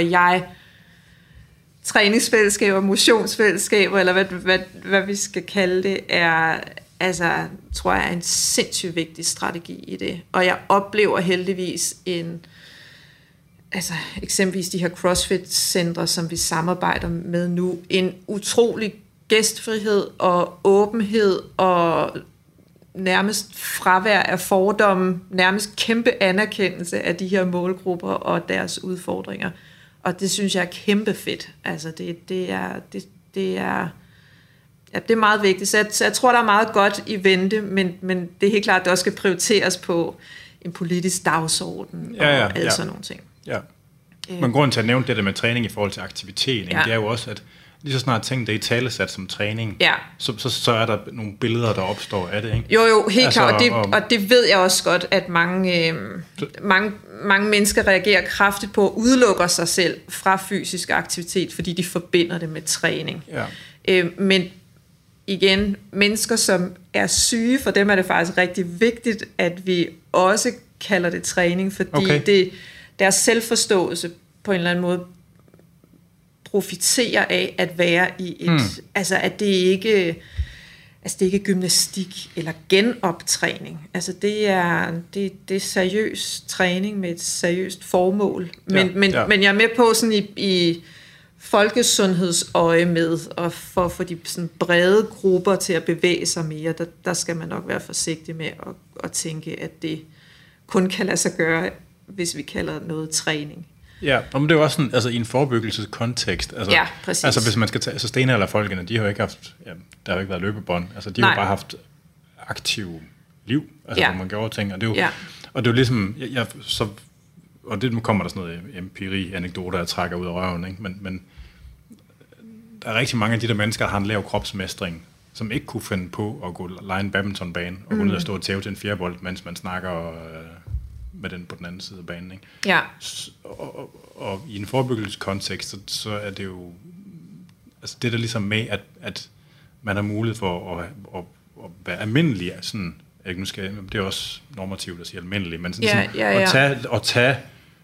træningsfællesskaber, motionsfællesskaber, eller hvad vi skal kalde det, er, altså, tror jeg, er en sindssygt vigtig strategi i det. Og jeg oplever heldigvis eksempelvis de her CrossFit-centre, som vi samarbejder med nu, en utrolig gæstfrihed og åbenhed og nærmest fravær af fordomme, nærmest kæmpe anerkendelse af de her målgrupper og deres udfordringer. Og det synes jeg er kæmpe fedt. Altså det er meget vigtigt. Så jeg tror, der er meget godt i vente, men det er helt klart, at det også skal prioriteres på en politisk dagsorden og alle sådan nogle ting. Ja. Men grunden til at nævne det der med træning i forhold til aktivitet, det er jo også, at lige så snart ting, der er i talesat som træning, så er der nogle billeder, der opstår af det, ikke? Jo, helt klart, og det ved jeg også godt, at mange mennesker reagerer kraftigt på, udelukker sig selv fra fysisk aktivitet, fordi de forbinder det med træning. Ja. Men igen, mennesker, som er syge, for dem er det faktisk rigtig vigtigt, at vi også kalder det træning, fordi deres selvforståelse på en eller anden måde profiterer af at være i et, altså at det ikke er gymnastik eller genoptræning. Altså det er seriøs træning med et seriøst formål. Men jeg er med på sådan i folkesundhedsøje med, og for at få de sådan brede grupper til at bevæge sig mere, der skal man nok være forsigtig med at tænke, at det kun kan lade sig gøre, hvis vi kalder noget træning. Ja, men det er jo også sådan, altså i en forebyggelseskontekst. Altså, ja, præcis. Altså hvis man skal tage, altså stenalderfolkene, de har jo ikke haft, der har jo ikke været løbebånd. Altså de har jo bare haft aktiv liv, altså hvor man gjorde ting. Og det er jo, og det er jo ligesom, og det kommer der sådan noget empiri, anekdoter, jeg trækker ud af røven, ikke? Men der er rigtig mange af de der mennesker, der har en lav kropsmestring, som ikke kunne finde på at gå lege en badmintonbane og gå ned og stå og tæve til en fjerbold, mens man snakker med den på den anden side af banen. Ikke? Ja. Og i en forebyggelseskontekst, så er det jo altså det der ligesom med, at man har mulighed for at være almindelig, sådan, ikke, nu skal, det er også normativt at sige almindelig, men sådan, at tage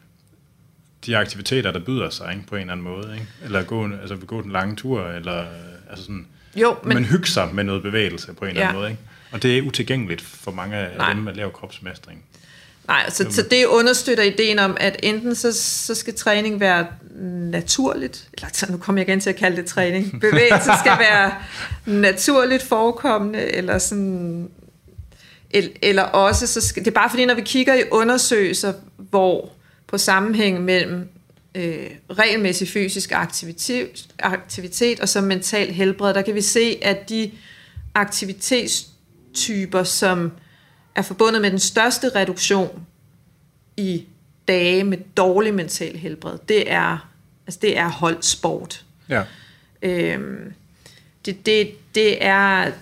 de aktiviteter, der byder sig, ikke, på en eller anden måde, ikke? Eller gå den lange tur, eller altså sådan, men hygge sig med noget bevægelse på en eller anden måde. Ikke? Og det er utilgængeligt for mange af dem, der laver kropsmestring. Nej, så det understøtter ideen om, at enten så skal træning være naturligt, eller nu kommer jeg igen til at kalde det træning, bevægelse skal være naturligt forekommende, eller sådan, eller også, så skal, det er bare fordi, når vi kigger i undersøgelser, hvor på sammenhæng mellem regelmæssig fysisk aktivitet og så mental helbred, der kan vi se, at de aktivitetstyper, som er forbundet med den største reduktion i dage med dårlig mental helbred, det er holdsport. Ja. Det er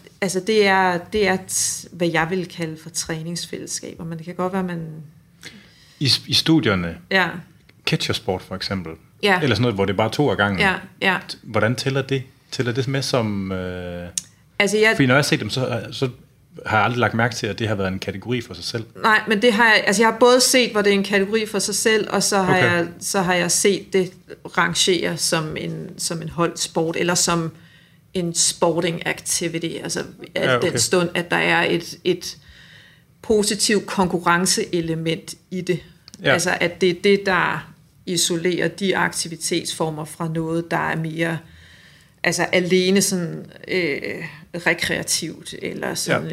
hvad jeg vil kalde for træningsfællesskaber, men det kan godt være, man i studierne, catchersport for eksempel, eller sådan noget, hvor det er bare 2 ad gangen. Hvordan tæller det? Tæller det med som... fordi når jeg har set dem, så har jeg aldrig lagt mærke til, at det har været en kategori for sig selv. Nej, men det har jeg har både set, hvor det er en kategori for sig selv, og så har jeg set det rangere som en holdsport, eller som en sporting activity, altså den stund, at der er et positivt konkurrenceelement i det. Ja. Altså at det er det, der isolerer de aktivitetsformer fra noget, der er mere altså alene sådan rekreativt eller sådan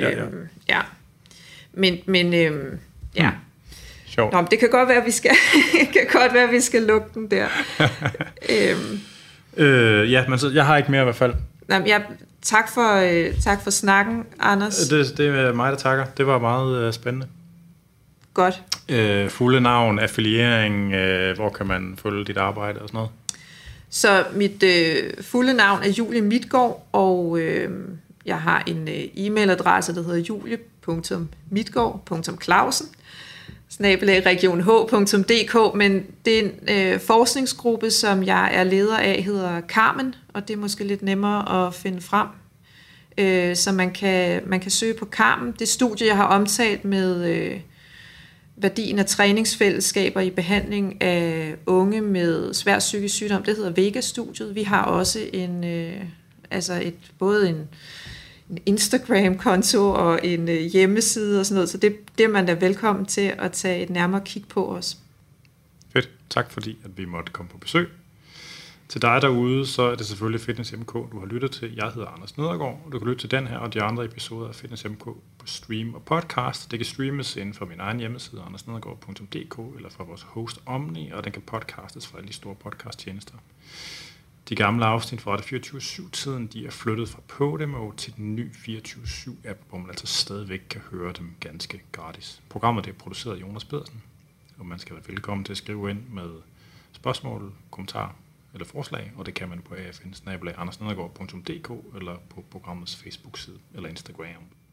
men sjovt. Nå, det kan godt være, at vi skal lukke den der. Men så jeg har ikke mere i hvert fald. Nej, tak for snakken, Anders. Det er mig, der takker. Det var meget spændende. Godt. Fulde navn, affiliering, hvor kan man følge dit arbejde og sådan noget? Så mit fulde navn er Julie Midtgaard, og jeg har en e-mailadresse, der hedder julie.midtgaard.clausen@regionh.dk, men den forskningsgruppe, som jeg er leder af, hedder Carmen, og det er måske lidt nemmere at finde frem. Så man kan søge på Carmen. Det studie, jeg har omtalt med værdien af træningsfællesskaber i behandling af unge med svær psykisk sygdom, det hedder Vega-studiet. Vi har også både en Instagram-konto og en hjemmeside og sådan noget, så det er man da velkommen til at tage et nærmere kig på os. Fedt. Tak fordi, at vi måtte komme på besøg. Til dig derude, så er det selvfølgelig Fitness MK, du har lyttet til. Jeg hedder Anders Nedergaard, og du kan lytte til den her og de andre episoder af Fitness MK på stream og podcast. Det kan streames inden for min egen hjemmeside, andersnedergaard.dk, eller fra vores host Omni, og den kan podcastes fra alle de store podcasttjenester. De gamle afsnit fra Radio 24/7-tiden, de er flyttet fra Podimo til den nye 24/7-app, hvor man altså stadigvæk kan høre dem ganske gratis. Programmet det er produceret af Jonas Pedersen, og man skal være velkommen til at skrive ind med spørgsmål, kommentarer eller forslag, og det kan man på afn@andersnedergaard.dk eller på programmets Facebook-side eller Instagram.